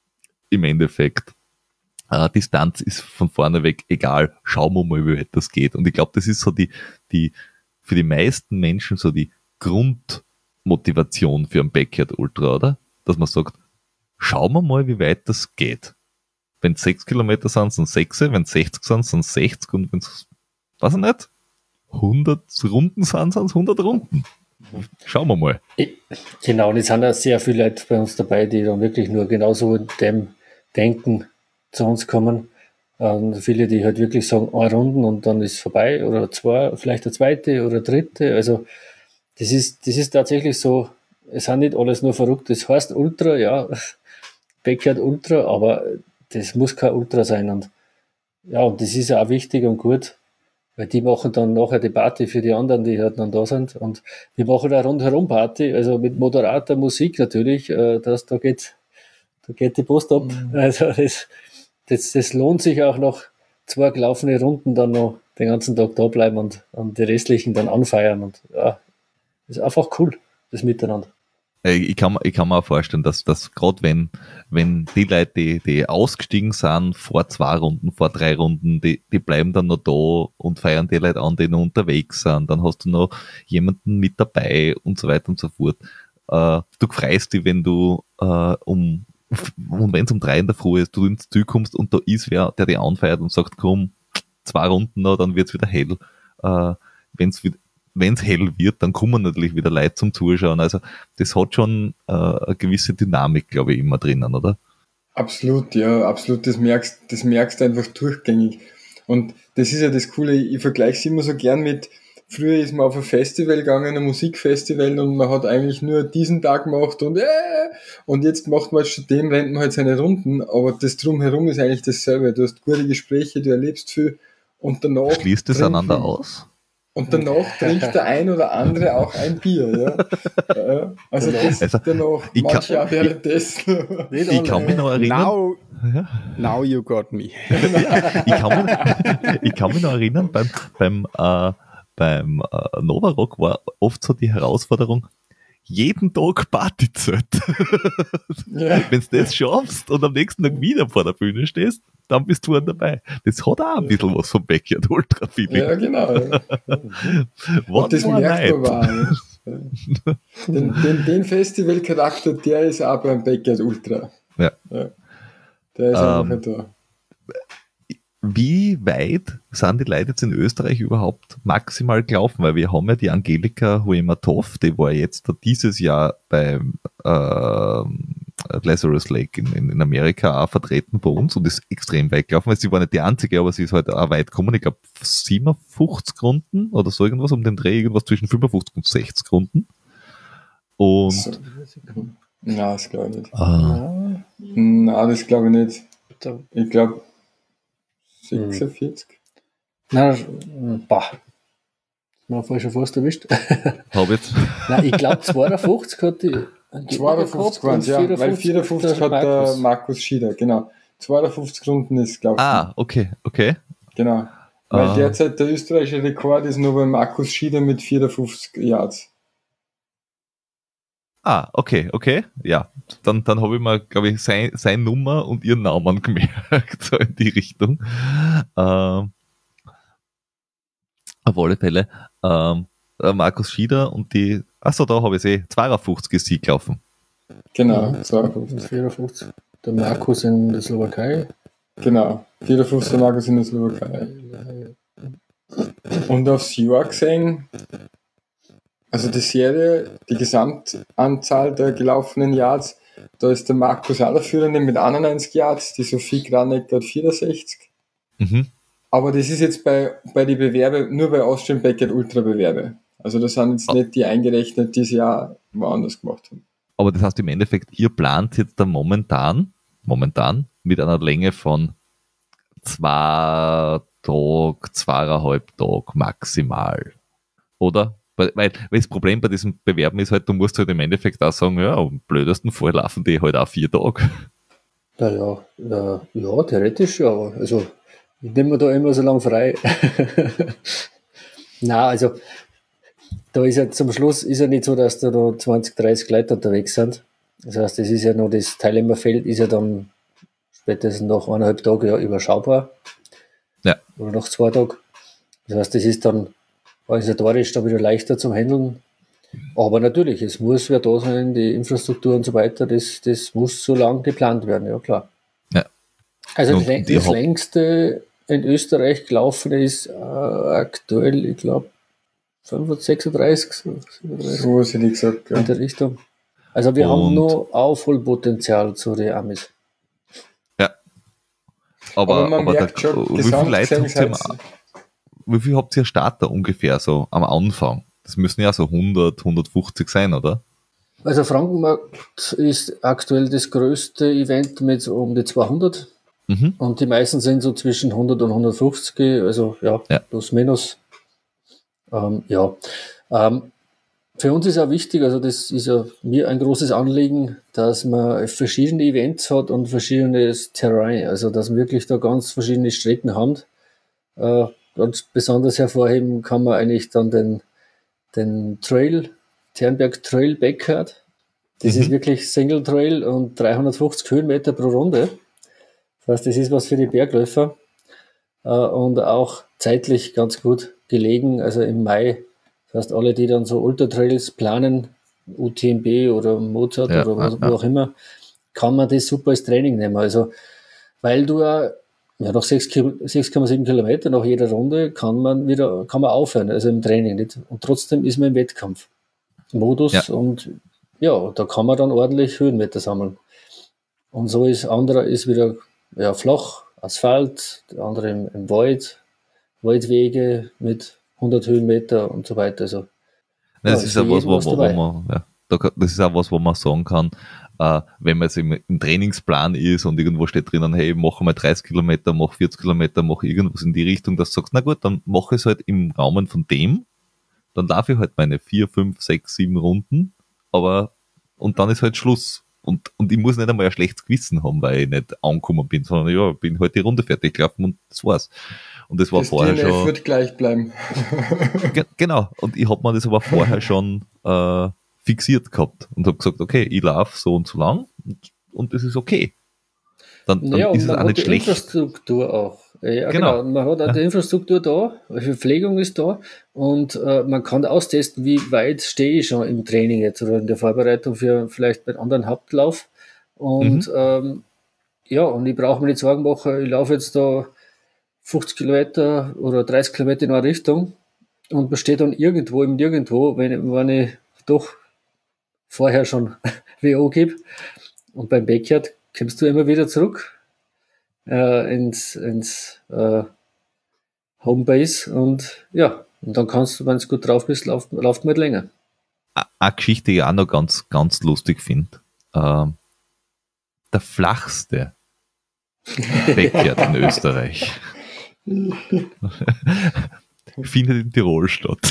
[SPEAKER 1] im Endeffekt. Äh, Distanz ist von vorne weg egal, schauen wir mal, wie weit das geht. Und ich glaube, das ist so die, die, für die meisten Menschen so die Grundmotivation für ein Backyard Ultra, oder? Dass man sagt, schauen wir mal, wie weit das geht. Wenn es sechs Kilometer sind, sind es sechs, wenn es sechzig sind, sind es sechzig, und wenn es, weiß ich nicht, hundert Runden sind, sind es hundert Runden. Schauen wir mal.
[SPEAKER 3] Genau, und es sind ja sehr viele Leute bei uns dabei, die dann wirklich nur genauso in dem Denken zu uns kommen. Und viele, die halt wirklich sagen, eine Runden und dann ist vorbei, oder zwei, vielleicht eine zweite oder dritte. Also das ist, das ist tatsächlich so, es sind nicht alles nur verrückt. Das heißt Ultra, ja, Backyard Ultra, aber das muss kein Ultra sein. Und ja, und das ist ja auch wichtig und gut, weil die machen dann nachher die Party für die anderen, die halt dann da sind. Und wir machen da rundherum Party, also mit moderater Musik natürlich, äh, das, da geht, da geht die Post ab. Mhm. Also das, das, das lohnt sich auch noch, zwei gelaufene Runden dann noch den ganzen Tag da bleiben und, und die restlichen dann anfeiern. Und ja, das ist einfach cool, das Miteinander.
[SPEAKER 1] Ich kann, ich kann mir auch vorstellen, dass, dass gerade wenn, wenn die Leute, die, die ausgestiegen sind vor zwei Runden, vor drei Runden, die, die bleiben dann noch da und feiern die Leute an, die noch unterwegs sind, dann hast du noch jemanden mit dabei und so weiter und so fort. Äh, du freust dich, wenn du äh, um, und wenn es um drei in der Früh ist, du ins Ziel kommst und da ist wer, der dich anfeiert und sagt, komm, zwei Runden noch, dann wird's wieder hell. Äh, wenn's wieder wenn es hell wird, dann kommen natürlich wieder Leute zum Zuschauen. Also das hat schon äh, eine gewisse Dynamik, glaube ich, immer drinnen, oder?
[SPEAKER 4] Absolut, ja, absolut. Das merkst, das merkst du einfach durchgängig. Und das ist ja das Coole, ich vergleiche es immer so gern mit, früher ist man auf ein Festival gegangen, ein Musikfestival, und man hat eigentlich nur diesen Tag gemacht und äh, und jetzt macht man statt dem, rennt man halt seine Runden, aber das Drumherum ist eigentlich dasselbe. Du hast gute Gespräche, du erlebst viel, und danach...
[SPEAKER 1] Schließt es einander aus?
[SPEAKER 4] Und danach trinkt der ein oder andere auch ein Bier, ja. Also das
[SPEAKER 1] also,
[SPEAKER 4] danach, manche auch währenddessen.
[SPEAKER 1] Ich kann mich noch erinnern.
[SPEAKER 2] Now, now you got me.
[SPEAKER 1] ich, kann mich, ich kann mich noch erinnern, beim, beim, äh, beim äh, Nova Rock war oft so die Herausforderung, jeden Tag Partyzelt. Ja. Wenn du das schaffst und am nächsten Tag wieder vor der Bühne stehst, dann bist du dann dabei. Das hat auch ein bisschen was vom Backyard Ultra Feeling.
[SPEAKER 4] Ja, genau. Ja. Und das merkt man wahr. Den, den, den Festivalcharakter, der ist auch beim Backyard Ultra.
[SPEAKER 1] Ja.
[SPEAKER 4] Ja. Der ist
[SPEAKER 1] ähm,
[SPEAKER 4] einfach da.
[SPEAKER 1] Wie weit sind die Leute jetzt in Österreich überhaupt maximal gelaufen? Weil wir haben ja die Angelika Huematov, die war jetzt dieses Jahr beim äh, Lazarus Lake in, in, in Amerika auch vertreten bei uns und ist extrem weit gelaufen, weil sie war nicht die einzige, aber sie ist halt auch weit gekommen. Ich glaube siebenundfünfzig Runden oder so irgendwas um den Dreh, irgendwas zwischen fünfundfünfzig und sechzig Runden. Und
[SPEAKER 4] So. Nein, das glaube ich nicht.
[SPEAKER 1] ah,
[SPEAKER 4] Nein, das glaube ich nicht. Ich glaube sechsundvierzig.
[SPEAKER 3] Nein, bah. Mal falsch fast erwischt.
[SPEAKER 1] hab jetzt.
[SPEAKER 3] Nein, ich glaube zweiundfünfzig hat die.
[SPEAKER 4] zweiundfünfzig waren es, ja, weil vierundfünfzig hat der Markus Schieder, genau. zweiundfünfzig Runden ist, glaube ich.
[SPEAKER 1] Ah, okay, okay.
[SPEAKER 4] Genau. Weil
[SPEAKER 1] Ah.
[SPEAKER 4] derzeit der österreichische Rekord ist nur bei Markus Schieder mit vierundfünfzig Yards.
[SPEAKER 1] Ah, okay, okay. Ja, dann, dann habe ich mir, glaube ich, sein, seine Nummer und ihren Namen gemerkt, so in die Richtung. Ähm, auf alle Fälle. Ähm, der Markus Schieder und die, achso, da habe ich eh, zweiundfünfzig ist sie gelaufen.
[SPEAKER 4] Genau,
[SPEAKER 3] Mhm.
[SPEAKER 4] zweiundfünfzig.
[SPEAKER 3] vierundfünfzig. Der Markus in der Slowakei.
[SPEAKER 4] Genau, vierundfünfzig der Markus in der Slowakei. Und aufs Jahr gesehen, also die Serie, die Gesamtanzahl der gelaufenen Yards, da ist der Markus auch der Führende mit einundneunzig Yards, die Sophie Granek hat vierundsechzig.
[SPEAKER 1] Mhm.
[SPEAKER 4] Aber das ist jetzt bei, bei den Bewerbe, nur bei Austrian Backyard Ultra Bewerbe. Also da sind jetzt
[SPEAKER 1] Ah.
[SPEAKER 4] nicht die eingerechnet, die sie ja woanders gemacht haben.
[SPEAKER 1] Aber das heißt im Endeffekt, ihr plant jetzt da momentan, momentan mit einer Länge von zwei Tag, zweieinhalb Tag maximal. Oder? Weil, weil weil das Problem bei diesem Bewerben ist halt, du musst halt im Endeffekt auch sagen, ja, am blödesten Fall laufen die halt auch vier Tage.
[SPEAKER 3] Naja, ja, ja, theoretisch ja. Also, ich nehme mir da immer so lange frei. Na, also, da ist ja zum Schluss ist ja nicht so, dass da noch zwanzig, dreißig Leute unterwegs sind. Das heißt, das ist ja noch, das Teilnehmerfeld ist ja dann spätestens nach eineinhalb Tagen ja überschaubar.
[SPEAKER 1] Ja.
[SPEAKER 3] Oder nach zwei Tagen. Das heißt, das ist dann organisatorisch dann wieder leichter zum Handeln. Aber natürlich, es muss wer da sein, die Infrastruktur und so weiter, das, das muss so lang geplant werden, ja klar.
[SPEAKER 1] Ja.
[SPEAKER 3] Also
[SPEAKER 1] Und
[SPEAKER 3] das,
[SPEAKER 1] die
[SPEAKER 3] das
[SPEAKER 1] Haupt-
[SPEAKER 3] längste in Österreich gelaufen ist äh, aktuell, ich glaube, fünfundsechsunddreißig, so, siebenunddreißig,
[SPEAKER 4] So ist die gesagt, ja.
[SPEAKER 3] in der Richtung. Also wir
[SPEAKER 1] Und-
[SPEAKER 3] haben nur Aufholpotenzial zu den Amis.
[SPEAKER 1] Ja. Aber,
[SPEAKER 4] Aber man
[SPEAKER 1] aber
[SPEAKER 4] merkt
[SPEAKER 1] da,
[SPEAKER 4] schon,
[SPEAKER 1] wie viele
[SPEAKER 4] gesamt
[SPEAKER 1] Leute
[SPEAKER 4] gesehen
[SPEAKER 1] habt ihr,
[SPEAKER 4] seid's-
[SPEAKER 1] am- wie viel habt ihr Starter ungefähr so am Anfang? Das müssen ja so hundert, hundertfünfzig sein, oder?
[SPEAKER 3] Also Frankenmarkt ist aktuell das größte Event mit so um die zweihundert.
[SPEAKER 1] Mhm.
[SPEAKER 3] Und die meisten sind so zwischen hundert und hundertfünfzig, also ja,
[SPEAKER 1] Ja.
[SPEAKER 3] plus minus. Ähm, ja, ähm, für uns ist auch wichtig, also das ist ja mir ein großes Anliegen, dass man verschiedene Events hat und verschiedenes Terrain, also dass wir wirklich da ganz verschiedene Strecken haben. Äh, ganz besonders hervorheben kann man eigentlich dann den, den Trail, Ternberg Trail Backyard. Das
[SPEAKER 1] Mhm.
[SPEAKER 3] ist wirklich Single Trail und dreihundertfünfzig Höhenmeter pro Runde. Das heißt, das ist was für die Bergläufer äh, und auch zeitlich ganz gut gelegen, also im Mai. Das heißt, alle, die dann so Ultra-Trails planen, U T M B oder Mozart
[SPEAKER 1] Ja,
[SPEAKER 3] oder was,
[SPEAKER 1] ja,
[SPEAKER 3] wo
[SPEAKER 1] ja.
[SPEAKER 3] auch immer, kann man das super als Training nehmen. Also, weil du ja, ja nach sechs Komma sieben Kilometer nach jeder Runde kann man wieder, kann man aufhören, also im Training nicht. Und trotzdem ist man im Wettkampfmodus
[SPEAKER 1] Ja.
[SPEAKER 3] und ja, da kann man dann ordentlich Höhenmeter sammeln. Und so ist anderer ist wieder ja, flach, Asphalt, der andere im, im Wald, Waldwege mit hundert Höhenmeter und so weiter. Also,
[SPEAKER 1] Nein, das
[SPEAKER 3] ja,
[SPEAKER 1] ist
[SPEAKER 3] für
[SPEAKER 1] ja was,
[SPEAKER 3] jeden
[SPEAKER 1] wo,
[SPEAKER 3] was
[SPEAKER 1] wo, wo
[SPEAKER 3] dabei.
[SPEAKER 1] man, ja, da, kann- das ist auch was, wo man sagen kann, äh, wenn man jetzt im, im Trainingsplan ist und irgendwo steht drinnen, hey, mach mal dreißig Kilometer, mach vierzig Kilometer, mach irgendwas in die Richtung, dass du sagst, na gut, dann mach ich es halt im Rahmen von dem, dann darf ich halt meine vier, fünf, sechs, sieben Runden, aber, und dann ist halt Schluss. Und, und ich muss nicht einmal ein schlechtes Gewissen haben, weil ich nicht angekommen bin, sondern ja, bin halt die Runde fertig gelaufen und das war's. Und das war
[SPEAKER 4] Das
[SPEAKER 1] vorher
[SPEAKER 4] D N F
[SPEAKER 1] schon.
[SPEAKER 4] wird gleich bleiben.
[SPEAKER 1] Ge genau, und ich hab mir das aber vorher schon äh, fixiert gehabt und hab gesagt, okay, ich laufe so und so lang und, und das ist okay. Dann, dann
[SPEAKER 3] Naja,
[SPEAKER 1] ist
[SPEAKER 3] und
[SPEAKER 1] es
[SPEAKER 3] man
[SPEAKER 1] auch
[SPEAKER 3] hat
[SPEAKER 1] nicht
[SPEAKER 3] die
[SPEAKER 1] schlecht.
[SPEAKER 3] Infrastruktur auch. Ja,
[SPEAKER 1] Genau.
[SPEAKER 3] genau. Man hat auch
[SPEAKER 1] Ja.
[SPEAKER 3] die Infrastruktur da, die Verpflegung ist da und äh, man kann austesten, wie weit stehe ich schon im Training jetzt oder in der Vorbereitung für vielleicht einen anderen Hauptlauf. Und
[SPEAKER 1] Mhm.
[SPEAKER 3] ähm, ja, und ich brauche mir nicht Sorgen machen, ich laufe jetzt da fünfzig Kilometer oder dreißig Kilometer in eine Richtung und bestehe dann irgendwo im Nirgendwo, wenn, wenn ich doch vorher schon W O gebe. und beim Backyard kommst du immer wieder zurück äh, ins, ins äh, Homebase und ja, und dann kannst du, wenn du gut drauf bist, lauft, lauft man halt länger.
[SPEAKER 1] Eine Geschichte, die ich auch noch ganz, ganz lustig finde. Ähm, der flachste Backyard in Österreich findet in Tirol statt.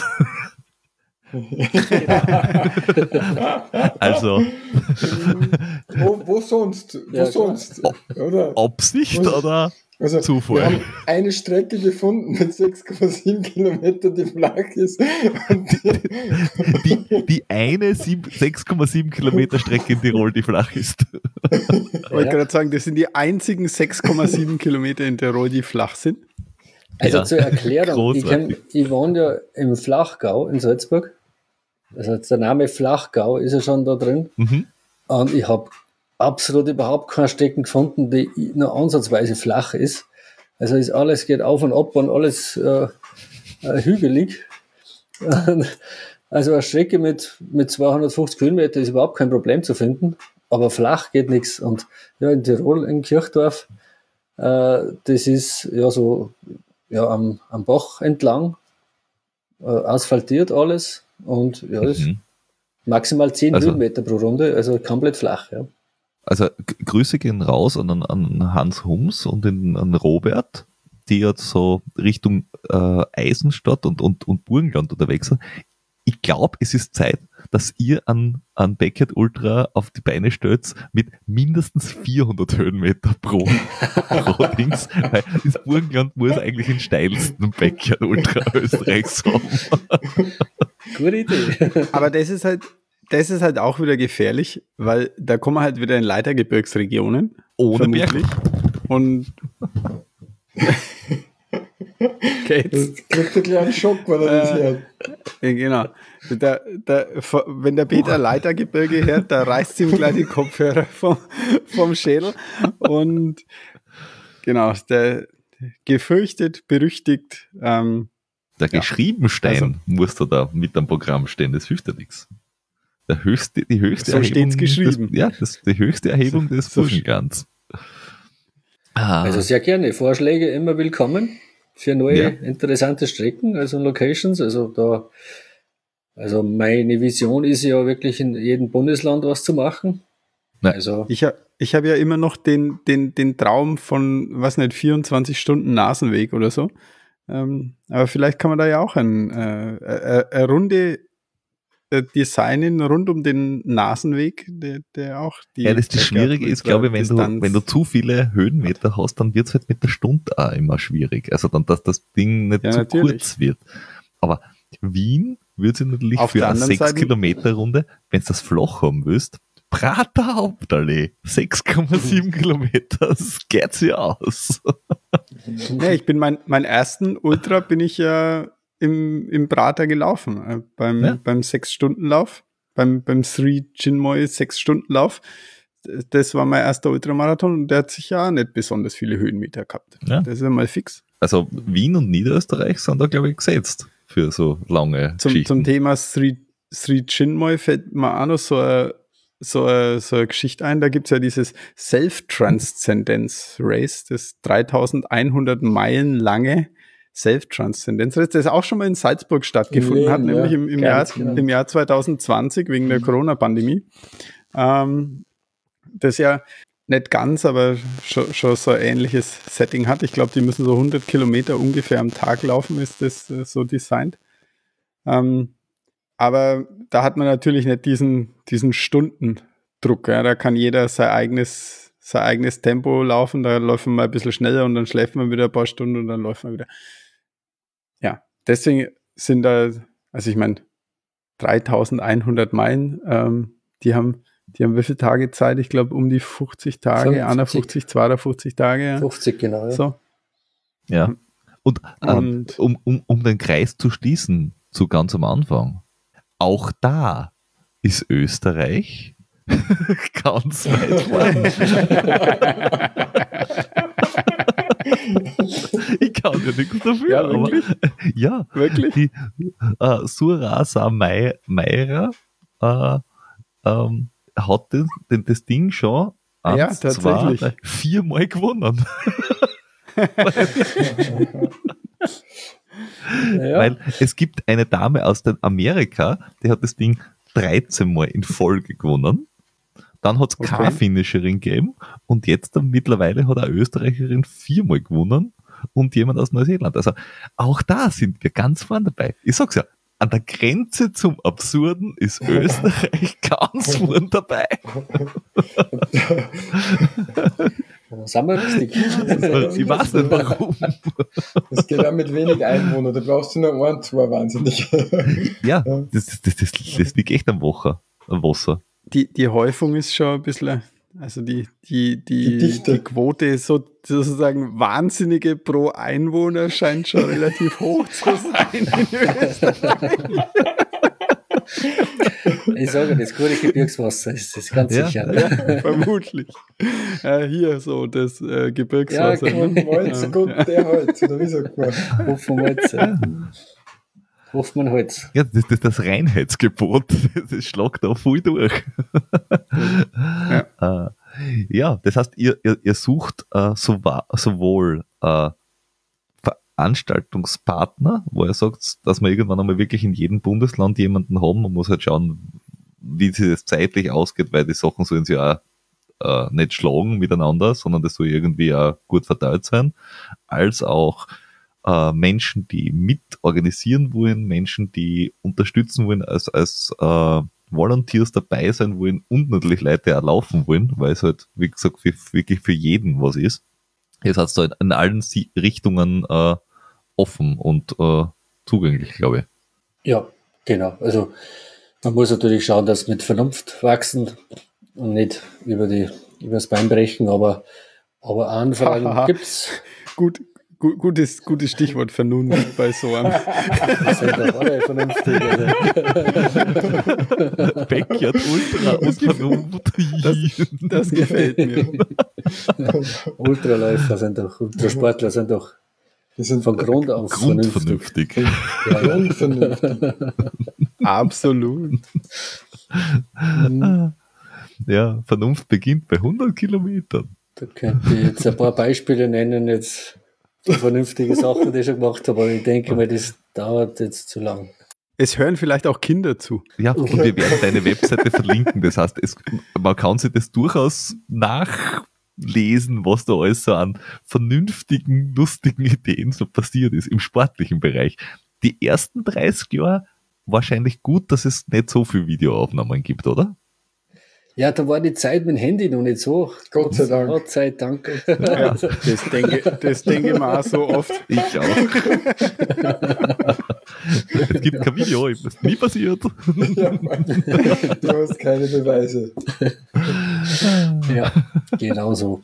[SPEAKER 1] Also
[SPEAKER 4] wo, wo sonst? Wo
[SPEAKER 3] Ja,
[SPEAKER 4] sonst? Oder?
[SPEAKER 1] Absicht
[SPEAKER 4] Was?
[SPEAKER 1] oder
[SPEAKER 4] Also,
[SPEAKER 1] Zufall?
[SPEAKER 4] wir haben eine Strecke gefunden mit sechs Komma sieben Kilometer, die flach ist. Und die,
[SPEAKER 1] Die, die eine sechs Komma sieben Kilometer Strecke in Tirol, die flach ist.
[SPEAKER 2] Ich wollte gerade sagen, das sind die einzigen sechs Komma sieben Kilometer in Tirol, die flach sind.
[SPEAKER 3] Also
[SPEAKER 1] Ja,
[SPEAKER 3] zur Erklärung, ich, kenn,
[SPEAKER 1] großartig.
[SPEAKER 3] ich wohne ja im Flachgau in Salzburg. Also der Name Flachgau ist ja schon da drin.
[SPEAKER 1] Mhm.
[SPEAKER 3] Und ich habe absolut überhaupt keine Strecken gefunden, die nur ansatzweise flach ist. Also ist alles geht auf und ab und alles äh, äh, hügelig. Also eine Strecke mit, mit zweihundertfünfzig Höhenmeter ist überhaupt kein Problem zu finden, aber flach geht nichts. Und ja, in Tirol, in Kirchdorf, äh, das ist ja so ja, am, am Bach entlang, äh, asphaltiert alles und ja, das
[SPEAKER 1] Mhm.
[SPEAKER 3] maximal zehn
[SPEAKER 1] Also-
[SPEAKER 3] Höhenmeter pro Runde, also komplett flach. Ja.
[SPEAKER 1] Also G- Grüße gehen raus an, an Hans Hums und den, an Robert, die jetzt so Richtung äh, Eisenstadt und, und, und Burgenland unterwegs sind. Ich glaube, es ist Zeit, dass ihr an, an Backyard Ultra auf die Beine stellt mit mindestens vierhundert Höhenmeter pro, pro Dings, weil das Burgenland muss eigentlich den steilsten Backyard Ultra Österreichs haben.
[SPEAKER 3] Gute Idee.
[SPEAKER 2] Aber das ist halt, das ist halt auch wieder gefährlich, weil da kommen wir halt wieder in Leitergebirgsregionen.
[SPEAKER 1] Ohne Berg.
[SPEAKER 2] vermutlich. Und okay, jetzt,
[SPEAKER 4] das kriegt einen kleinen Schock, wenn er das
[SPEAKER 2] Äh,
[SPEAKER 4] hört.
[SPEAKER 2] ja, genau. Der, der, wenn der Peter Leitergebirge hört, da reißt ihm gleich die Kopfhörer vom, vom Schädel. Und genau, der gefürchtet, berüchtigt. Ähm,
[SPEAKER 1] Der
[SPEAKER 2] Ja.
[SPEAKER 1] Geschriebenstein
[SPEAKER 2] Also-
[SPEAKER 1] muss da, da mit am Programm stehen, das hilft ja nichts. Der höchste, die höchste
[SPEAKER 2] So
[SPEAKER 1] Erhebung.
[SPEAKER 2] steht's geschrieben.
[SPEAKER 1] Des, ja, das, die höchste Erhebung des
[SPEAKER 2] So-
[SPEAKER 1] Burgenlands. Ah,
[SPEAKER 3] Also sehr gerne. Vorschläge immer willkommen für neue
[SPEAKER 1] Ja.
[SPEAKER 3] interessante Strecken, also Locations. Also da, also meine Vision ist ja wirklich in jedem Bundesland was zu machen.
[SPEAKER 1] Ja.
[SPEAKER 3] Also
[SPEAKER 2] ich habe ich hab ja immer noch den, den, den Traum von, was nicht, vierundzwanzig Stunden Nasenweg oder so. Ähm, aber vielleicht kann man da ja auch ein, äh, äh, eine Runde äh, designen rund um den Nasenweg, der, der auch die.
[SPEAKER 1] ja, das, das Schwierige ist, glaube ich, wenn du,
[SPEAKER 2] Distanz-
[SPEAKER 1] wenn du zu viele Höhenmeter hast, dann wird es halt mit der Stunde auch immer schwierig. Also dann, dass das Ding nicht
[SPEAKER 2] Ja,
[SPEAKER 1] zu
[SPEAKER 2] natürlich.
[SPEAKER 1] kurz wird. Aber Wien würde sich natürlich
[SPEAKER 2] Auf
[SPEAKER 1] für
[SPEAKER 2] der
[SPEAKER 1] eine
[SPEAKER 2] anderen
[SPEAKER 1] sechs
[SPEAKER 2] Seite-
[SPEAKER 1] Kilometer Runde, wenn du das flach haben willst, Prater Hauptallee, sechs Komma sieben Kilometer, das geht sich aus.
[SPEAKER 2] Ja, ich bin mein, mein ersten Ultra bin ich ja im, im Prater gelaufen, äh, beim,
[SPEAKER 1] Ja.
[SPEAKER 2] beim Sechs-Stunden-Lauf, beim, beim Sri Chinmoy Sechs-Stunden-Lauf. Das war mein erster Ultramarathon und der hat sich ja nicht besonders viele Höhenmeter gehabt.
[SPEAKER 1] Ja.
[SPEAKER 2] Das ist ja mal fix.
[SPEAKER 1] Also Wien und Niederösterreich sind da, glaube ich, gesetzt für so lange
[SPEAKER 2] Zum,
[SPEAKER 1] Geschichten.
[SPEAKER 2] zum Thema Sri, Sri Chinmoy fällt mir auch noch so eine, so eine, so eine Geschichte ein. Da gibt es ja dieses Self-Transzendenz-Race, das dreitausendeinhundert Meilen lange Self-Transzendenz-Race, das auch schon mal in Salzburg stattgefunden
[SPEAKER 4] Leben,
[SPEAKER 2] hat, nämlich
[SPEAKER 4] ja.
[SPEAKER 2] im, im, Jahr,
[SPEAKER 3] Ganz genau.
[SPEAKER 2] im Jahr zwanzig zwanzig wegen der Corona-Pandemie. Ähm, das ja nicht ganz, aber schon, schon so ein ähnliches Setting hat. Ich glaube, die müssen so hundert Kilometer ungefähr am Tag laufen, ist das äh, so designt. Ähm, aber da hat man natürlich nicht diesen, diesen Stundendruck. Ja. Da kann jeder sein eigenes, sein eigenes Tempo laufen. Da läuft man mal ein bisschen schneller und dann schläft man wieder ein paar Stunden und dann läuft man wieder. Ja, deswegen sind da, also ich meine, dreitausendeinhundert Meilen, ähm, die haben, die haben wie viele Tage Zeit? Ich glaube, um die fünfzig Tage,
[SPEAKER 3] fünfzig.
[SPEAKER 2] einundfünfzig, zweiundfünfzig Tage. Ja.
[SPEAKER 3] fünfzig genau. Ja.
[SPEAKER 2] So.
[SPEAKER 1] Ja. Und, ähm,
[SPEAKER 2] Und-
[SPEAKER 1] um, um, um den Kreis zu schließen, zu ganz am Anfang, auch da ist Österreich ganz weit vorne. Ich kann ja nichts dafür,
[SPEAKER 2] Ja,
[SPEAKER 1] aber
[SPEAKER 2] wirklich?
[SPEAKER 1] ja,
[SPEAKER 2] Wirklich?
[SPEAKER 1] die äh, Surasa Mai- Meira äh, ähm, hat den, den, das Ding schon eins,
[SPEAKER 2] Ja, tatsächlich.
[SPEAKER 1] zwei, viermal gewonnen.
[SPEAKER 3] Ja.
[SPEAKER 1] Weil es gibt eine Dame aus den Amerika, die hat das Ding dreizehn Mal in Folge gewonnen. Dann hat es
[SPEAKER 2] Okay.
[SPEAKER 1] keine Finisherin gegeben und jetzt dann mittlerweile hat eine Österreicherin viermal gewonnen und jemand aus Neuseeland. Also auch da sind wir ganz vorne dabei. Ich sag's ja, an der Grenze zum Absurden ist Österreich ganz vorne dabei.
[SPEAKER 3] Da sind wir richtig.
[SPEAKER 1] Ich weiß nicht warum.
[SPEAKER 4] Das geht auch mit wenig Einwohnern. Da brauchst du nur ein, zwei wahnsinnig.
[SPEAKER 1] Ja, das, das, das, das liegt echt am Wasser. Am Wasser.
[SPEAKER 2] Die, die Häufung ist schon ein bisschen, also die, die, die,
[SPEAKER 4] Die Dichte.
[SPEAKER 2] die Quote so, sozusagen wahnsinnige pro Einwohner scheint schon relativ hoch zu sein in Österreich.
[SPEAKER 3] Ich sage, das gute Gebirgswasser ist das ganz
[SPEAKER 1] Ja.
[SPEAKER 3] sicher.
[SPEAKER 2] Ja, vermutlich. Äh, hier so das äh, Gebirgswasser.
[SPEAKER 3] Ja,
[SPEAKER 2] ne?
[SPEAKER 4] Holz,
[SPEAKER 2] Ja.
[SPEAKER 4] gut, der Holz, oder wie sagt man?
[SPEAKER 3] Hoffenholz. Ja. Hoffmannholz.
[SPEAKER 1] Ja, das, das, das Reinheitsgebot, das schlagt da voll durch. Ja, äh, ja das heißt, ihr, ihr, ihr sucht äh, so, sowohl äh, Veranstaltungspartner, wo ihr sagt, dass wir irgendwann einmal wirklich in jedem Bundesland jemanden haben. Man muss halt schauen, wie sich das zeitlich ausgeht, weil die Sachen sollen sich auch äh, nicht schlagen miteinander, sondern das soll irgendwie auch gut verteilt sein, als auch äh, Menschen, die mit organisieren wollen, Menschen, die unterstützen wollen, als, als äh, Volunteers dabei sein wollen und natürlich Leute die auch laufen wollen, weil es halt, wie gesagt, für, wirklich für jeden was ist. Jetzt hat es da in, in allen Sie- Richtungen äh, offen und äh, zugänglich, glaube ich.
[SPEAKER 3] Ja, genau. Also man muss natürlich schauen, dass mit Vernunft wachsen und nicht über die über das Bein brechen, aber, aber Anfragen gibt's.
[SPEAKER 2] Gut, gut, gutes, gutes Stichwort Vernunft bei so einem.
[SPEAKER 3] Das sind doch alle vernünftig. Also.
[SPEAKER 1] Backyard Ultra und Vernunft.
[SPEAKER 2] Das, das gefällt mir.
[SPEAKER 3] Ultraläufer sind doch, Ultrasportler sind doch
[SPEAKER 4] Die sind
[SPEAKER 3] von Grund auf vernünftig.
[SPEAKER 1] Grundvernünftig.
[SPEAKER 3] Ja,
[SPEAKER 4] grundvernünftig.
[SPEAKER 2] Absolut.
[SPEAKER 1] Ja, Vernunft beginnt bei hundert Kilometern.
[SPEAKER 3] da könnte ich jetzt ein paar Beispiele nennen, jetzt für vernünftige Sachen, die ich schon gemacht habe, aber ich denke mal, das dauert jetzt zu lang.
[SPEAKER 2] Es hören vielleicht auch Kinder zu.
[SPEAKER 1] Ja, und wir werden deine Webseite verlinken. Das heißt, es, man kann sich das durchaus nachlesen, was da alles so an vernünftigen, lustigen Ideen so passiert ist im sportlichen Bereich. Die ersten dreißig Jahre wahrscheinlich gut, dass es nicht so viele Videoaufnahmen gibt, oder?
[SPEAKER 3] Ja, da war die Zeit mit dem Handy noch nicht so.
[SPEAKER 4] Gott sei Dank.
[SPEAKER 3] Gott sei Dank.
[SPEAKER 2] Ja, das denke, das denke ich mir auch so oft.
[SPEAKER 1] Ich auch. Es gibt kein Video, das ist nie passiert.
[SPEAKER 4] Ja, du hast keine Beweise.
[SPEAKER 3] Ja, genau so.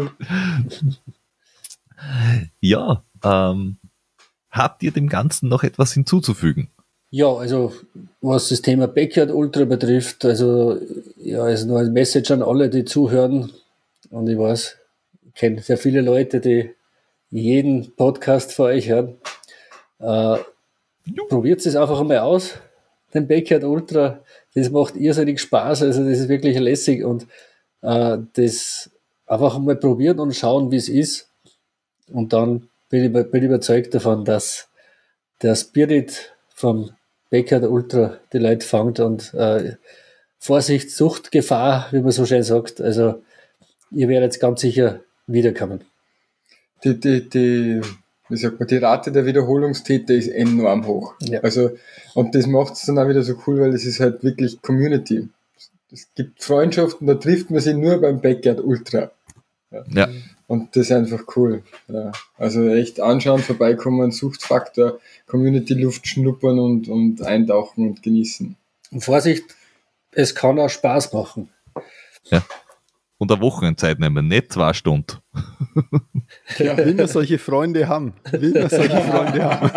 [SPEAKER 1] Ja, ähm, habt ihr dem Ganzen noch etwas hinzuzufügen?
[SPEAKER 3] Ja, also was das Thema Backyard Ultra betrifft, also ja, also nur ein Message an alle, die zuhören. Und ich weiß, ich kenne sehr viele Leute, die jeden Podcast von euch hören. Äh, probiert es einfach einmal aus, den Backyard Ultra. Das macht irrsinnig Spaß, also das ist wirklich lässig und äh, das einfach einmal probieren und schauen, wie es ist. Und dann bin ich, bin ich überzeugt davon, dass der Spirit vom Backyard Ultra die Leute fängt und äh, Vorsicht, Sucht, Gefahr, wie man so schön sagt. Also ihr werdet ganz sicher wiederkommen.
[SPEAKER 4] Die, die, die, wie sagt man, die Rate der Wiederholungstäter ist enorm hoch.
[SPEAKER 3] Ja.
[SPEAKER 4] Also, und das macht es dann auch wieder so cool, weil es ist halt wirklich Community. Es gibt Freundschaften, da trifft man sich nur beim Backyard Ultra.
[SPEAKER 1] Ja.
[SPEAKER 4] Und das ist einfach cool. Ja. Also echt anschauen, vorbeikommen, Suchtfaktor, Community-Luft schnuppern und, und eintauchen und genießen.
[SPEAKER 3] Und Vorsicht, es kann auch Spaß machen.
[SPEAKER 1] Ja. Und eine Wochenendzeit nehmen, nicht zwei Stunden.
[SPEAKER 2] Ja, will man solche Freunde haben. Will man solche Freunde haben.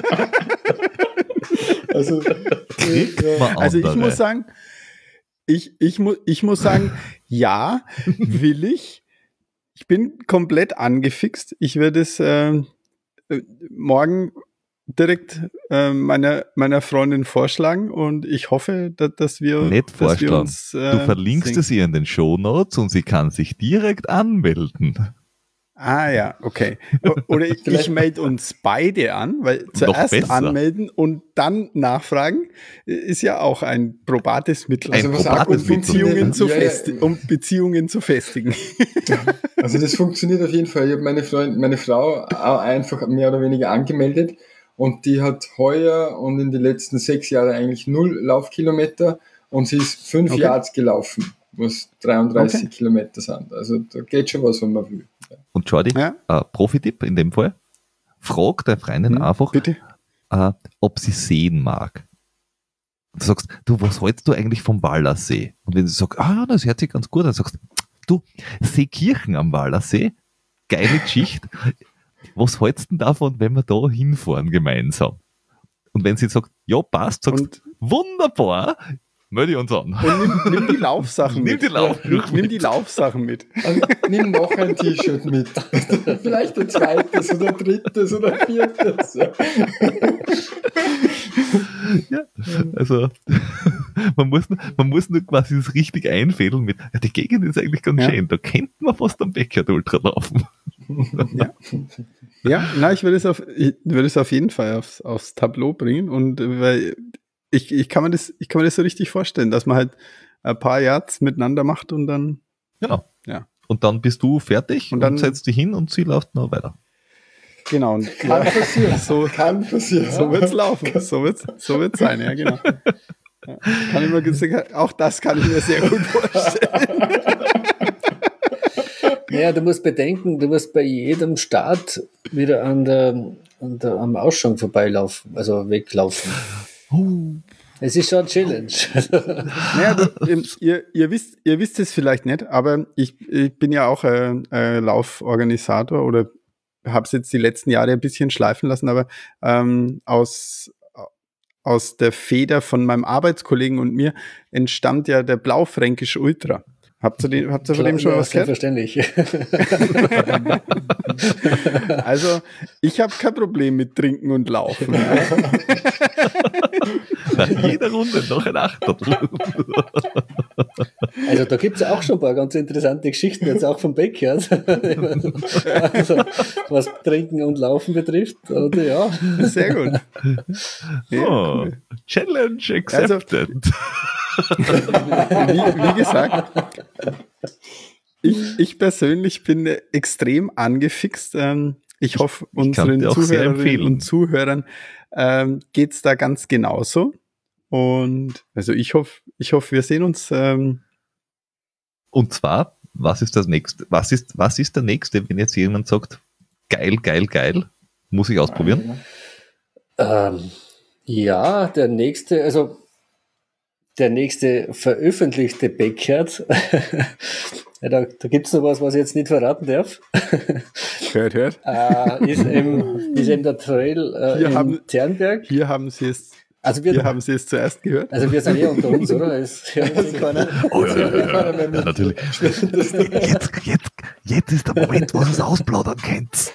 [SPEAKER 4] Also,
[SPEAKER 1] Man
[SPEAKER 2] Also ich
[SPEAKER 1] andere.
[SPEAKER 2] muss sagen, ich, ich, mu ich muss sagen, ja, will ich. Ich bin komplett angefixt. Ich werde es äh, morgen direkt äh, meiner, meiner Freundin vorschlagen und ich hoffe, dass, dass wir,
[SPEAKER 1] Nicht
[SPEAKER 2] dass wir
[SPEAKER 1] vorschlagen.
[SPEAKER 2] uns. Äh,
[SPEAKER 1] Du verlinkst
[SPEAKER 2] sehen.
[SPEAKER 1] es ihr in den Shownotes und sie kann sich direkt anmelden.
[SPEAKER 2] Ah ja, okay. O- Oder ich, ich melde uns beide an, weil zuerst
[SPEAKER 1] besser.
[SPEAKER 2] anmelden und dann nachfragen ist ja auch ein probates Mittel,
[SPEAKER 1] Ein
[SPEAKER 2] um
[SPEAKER 4] was auch gut
[SPEAKER 1] probates Mittel.
[SPEAKER 2] Beziehungen, zu
[SPEAKER 4] Ja, ja.
[SPEAKER 2] festi- um Beziehungen zu festigen.
[SPEAKER 4] Also das funktioniert auf jeden Fall. Ich habe meine, Freund, meine Frau auch einfach mehr oder weniger angemeldet und die hat heuer und in den letzten sechs Jahren eigentlich null Laufkilometer und sie ist fünf
[SPEAKER 2] Okay.
[SPEAKER 4] Yards gelaufen, was dreiunddreißig
[SPEAKER 2] Okay.
[SPEAKER 4] Kilometer sind. Also da geht schon was, wenn man will.
[SPEAKER 1] Und Jordi,
[SPEAKER 2] Ja.
[SPEAKER 1] äh, Profi-Tipp in dem Fall, frag der Freundin
[SPEAKER 2] Hm,
[SPEAKER 1] einfach,
[SPEAKER 2] Bitte.
[SPEAKER 1] äh, ob sie sehen mag. Du sagst, du, was hältst du eigentlich vom Wallersee? Und wenn sie sagt, ah, das hört sich ganz gut an, dann sagst du, Seekirchen am Wallersee, geile Geschichte. Was hältst du denn davon, wenn wir da hinfahren gemeinsam? Und wenn sie sagt, ja, passt, sagst
[SPEAKER 2] Und,
[SPEAKER 1] wunderbar, melde ich uns an.
[SPEAKER 2] und nimm, nimm die Laufsachen
[SPEAKER 1] Nimm
[SPEAKER 2] mit.
[SPEAKER 1] die Laufsachen
[SPEAKER 2] nimm, nimm
[SPEAKER 1] mit.
[SPEAKER 2] die Laufsachen mit.
[SPEAKER 4] Also, nimm noch ein T-Shirt mit. Vielleicht ein zweites oder drittes oder viertes.
[SPEAKER 1] Ja, also man muss, nur- man muss nur quasi das richtig einfädeln mit, ja, die Gegend ist eigentlich ganz
[SPEAKER 2] Ja.
[SPEAKER 1] schön, da könnte man fast am Backyard Ultra laufen.
[SPEAKER 2] Ja, ja, na, ich würde es auf, ich würde es auf jeden Fall aufs, aufs Tableau bringen und äh, weil ich, ich kann mir das, ich kann mir das so richtig vorstellen, dass man halt ein paar Yards miteinander macht und dann,
[SPEAKER 1] Genau.
[SPEAKER 2] ja,
[SPEAKER 1] Und dann bist du fertig
[SPEAKER 2] Und
[SPEAKER 1] und,
[SPEAKER 2] dann-
[SPEAKER 1] setzt dich hin und sie läuft noch weiter.
[SPEAKER 2] genau. Und,
[SPEAKER 4] Kann
[SPEAKER 2] ja,
[SPEAKER 4] passieren.
[SPEAKER 2] so,
[SPEAKER 4] Kann passieren.
[SPEAKER 2] so wird's laufen. So wird's, so wird's sein, ja, genau. Ja, kann ich mir, sehr- auch das kann ich mir sehr gut vorstellen.
[SPEAKER 3] Naja, du musst bedenken, du musst bei jedem Start wieder an der, an der, am Ausschank vorbeilaufen, also weglaufen. Es ist schon eine Challenge.
[SPEAKER 2] Naja, du, ähm, ihr, ihr, wisst, ihr wisst es vielleicht nicht, aber ich, ich bin ja auch äh, äh, Lauforganisator oder habe es jetzt die letzten Jahre ein bisschen schleifen lassen, aber ähm, aus, aus der Feder von meinem Arbeitskollegen und mir entstammt ja der Blaufränkische Ultra. Habt ihr, den, habt ihr von dem schon
[SPEAKER 3] Ja,
[SPEAKER 2] was gehört?
[SPEAKER 3] selbstverständlich.
[SPEAKER 2] Also, ich habe kein Problem mit Trinken und Laufen.
[SPEAKER 1] Nach jeder Runde noch ein Achtertel.
[SPEAKER 3] Also da gibt es auch schon ein paar ganz interessante Geschichten, jetzt auch vom Backyard. Also, was Trinken und Laufen betrifft. Oder ja.
[SPEAKER 2] Sehr gut. Ja,
[SPEAKER 1] Oh,
[SPEAKER 2] cool.
[SPEAKER 1] Challenge accepted.
[SPEAKER 2] wie, wie gesagt, ich, ich persönlich bin extrem angefixt. Ähm, ich hoffe,
[SPEAKER 1] Ich kann
[SPEAKER 2] unseren
[SPEAKER 1] dir auch sehr
[SPEAKER 2] Zuhörerinnen
[SPEAKER 1] empfehlen.
[SPEAKER 2] und Zuhörern ähm, geht es da ganz genauso. Und also ich hoffe, ich hoffe, wir sehen uns. Ähm,
[SPEAKER 1] Und zwar, was ist das nächste? Was ist, was ist der nächste, wenn jetzt jemand sagt, geil, geil, geil, muss ich ausprobieren?
[SPEAKER 3] Ähm, ja, der nächste, also der nächste veröffentlichte Backyard, ja, da, da gibt es noch was, was ich jetzt nicht verraten darf,
[SPEAKER 2] hört, hört.
[SPEAKER 3] äh, ist, eben, ist eben der Trail äh,
[SPEAKER 2] Hier
[SPEAKER 3] in
[SPEAKER 2] haben-
[SPEAKER 3] Ternberg.
[SPEAKER 2] Hier haben Sie es,
[SPEAKER 3] Also wir,
[SPEAKER 2] hier haben Sie es zuerst gehört.
[SPEAKER 3] also wir sind eh unter uns, oder? Es hört sich keiner.
[SPEAKER 1] Oh ja, ja, ja, ja, ja natürlich. Jetzt, jetzt, jetzt ist der Moment, wo ihr es ausplaudern könnt.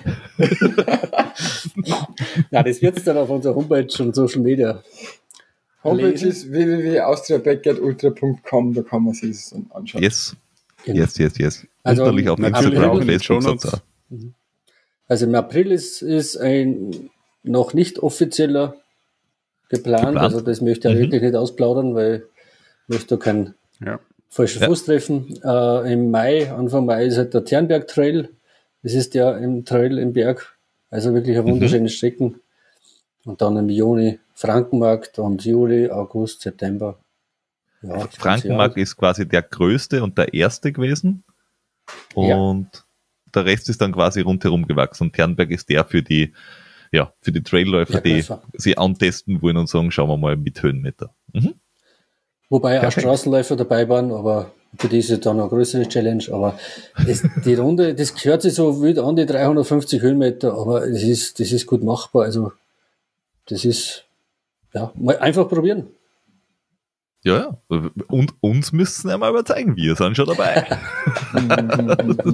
[SPEAKER 3] Ja, das wird es dann auf unserer Homepage und Social Media.
[SPEAKER 4] Homepage
[SPEAKER 3] lesen.
[SPEAKER 4] ist w w w punkt austria backyard ultra punkt com, da kann man sich es dann anschauen.
[SPEAKER 1] Yes,
[SPEAKER 3] Genau.
[SPEAKER 1] yes, yes, yes.
[SPEAKER 3] Also,
[SPEAKER 1] Natürlich auf
[SPEAKER 2] natürlich
[SPEAKER 1] Instagram
[SPEAKER 2] auch
[SPEAKER 1] und
[SPEAKER 2] in den
[SPEAKER 1] Facebook.
[SPEAKER 2] Shownotes.
[SPEAKER 1] sonst auch.
[SPEAKER 3] Also im April ist, ist ein noch nicht offizieller geplant.
[SPEAKER 1] Geplant?
[SPEAKER 3] Also das möchte ich
[SPEAKER 1] Mhm.
[SPEAKER 3] wirklich nicht ausplaudern, weil ich möchte da keinen
[SPEAKER 2] Ja.
[SPEAKER 3] falschen
[SPEAKER 1] Ja.
[SPEAKER 3] Fuß treffen. Äh, Im Mai, Anfang Mai ist halt der Ternberg Trail. Das ist der im Trail im Berg. Also wirklich eine wunderschöne Strecken. Und dann im Juni Frankenmarkt und Juli, August, September. Ja, das
[SPEAKER 1] Frankenmarkt
[SPEAKER 3] ganze
[SPEAKER 1] ist quasi der größte und der erste gewesen. Und der Rest ist dann quasi rundherum gewachsen. Und Ternberg ist der für die, ja, für die Trailläufer, die
[SPEAKER 3] Bergläufer.
[SPEAKER 1] sie antesten wollen und sagen, schauen wir mal mit Höhenmeter. Mhm.
[SPEAKER 3] Wobei auch
[SPEAKER 1] Perfekt.
[SPEAKER 3] Straßenläufer dabei waren, aber für die ist es dann eine größere Challenge. Aber es, die Runde, das gehört sich so wild an, die dreihundertfünfzig Höhenmeter, aber es ist, das ist gut machbar. Also, das ist, ja, mal einfach probieren.
[SPEAKER 1] Ja, ja. Und uns müssen sie einmal überzeugen, wir sind schon dabei.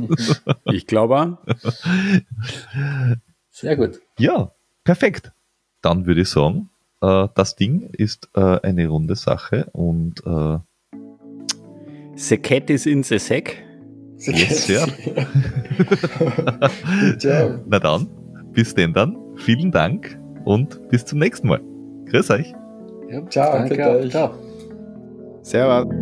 [SPEAKER 2] Ich glaube,
[SPEAKER 3] Sehr gut.
[SPEAKER 1] Ja, perfekt. dann würde ich sagen, äh, das Ding ist äh, eine runde Sache und äh,
[SPEAKER 2] The cat is in the sack.
[SPEAKER 1] yes, Sir. Na dann, bis denn dann. Vielen Dank und bis zum nächsten Mal. Grüß euch.
[SPEAKER 4] Ja, ciao,
[SPEAKER 3] Danke,
[SPEAKER 4] für euch.
[SPEAKER 3] ciao.
[SPEAKER 2] Servus.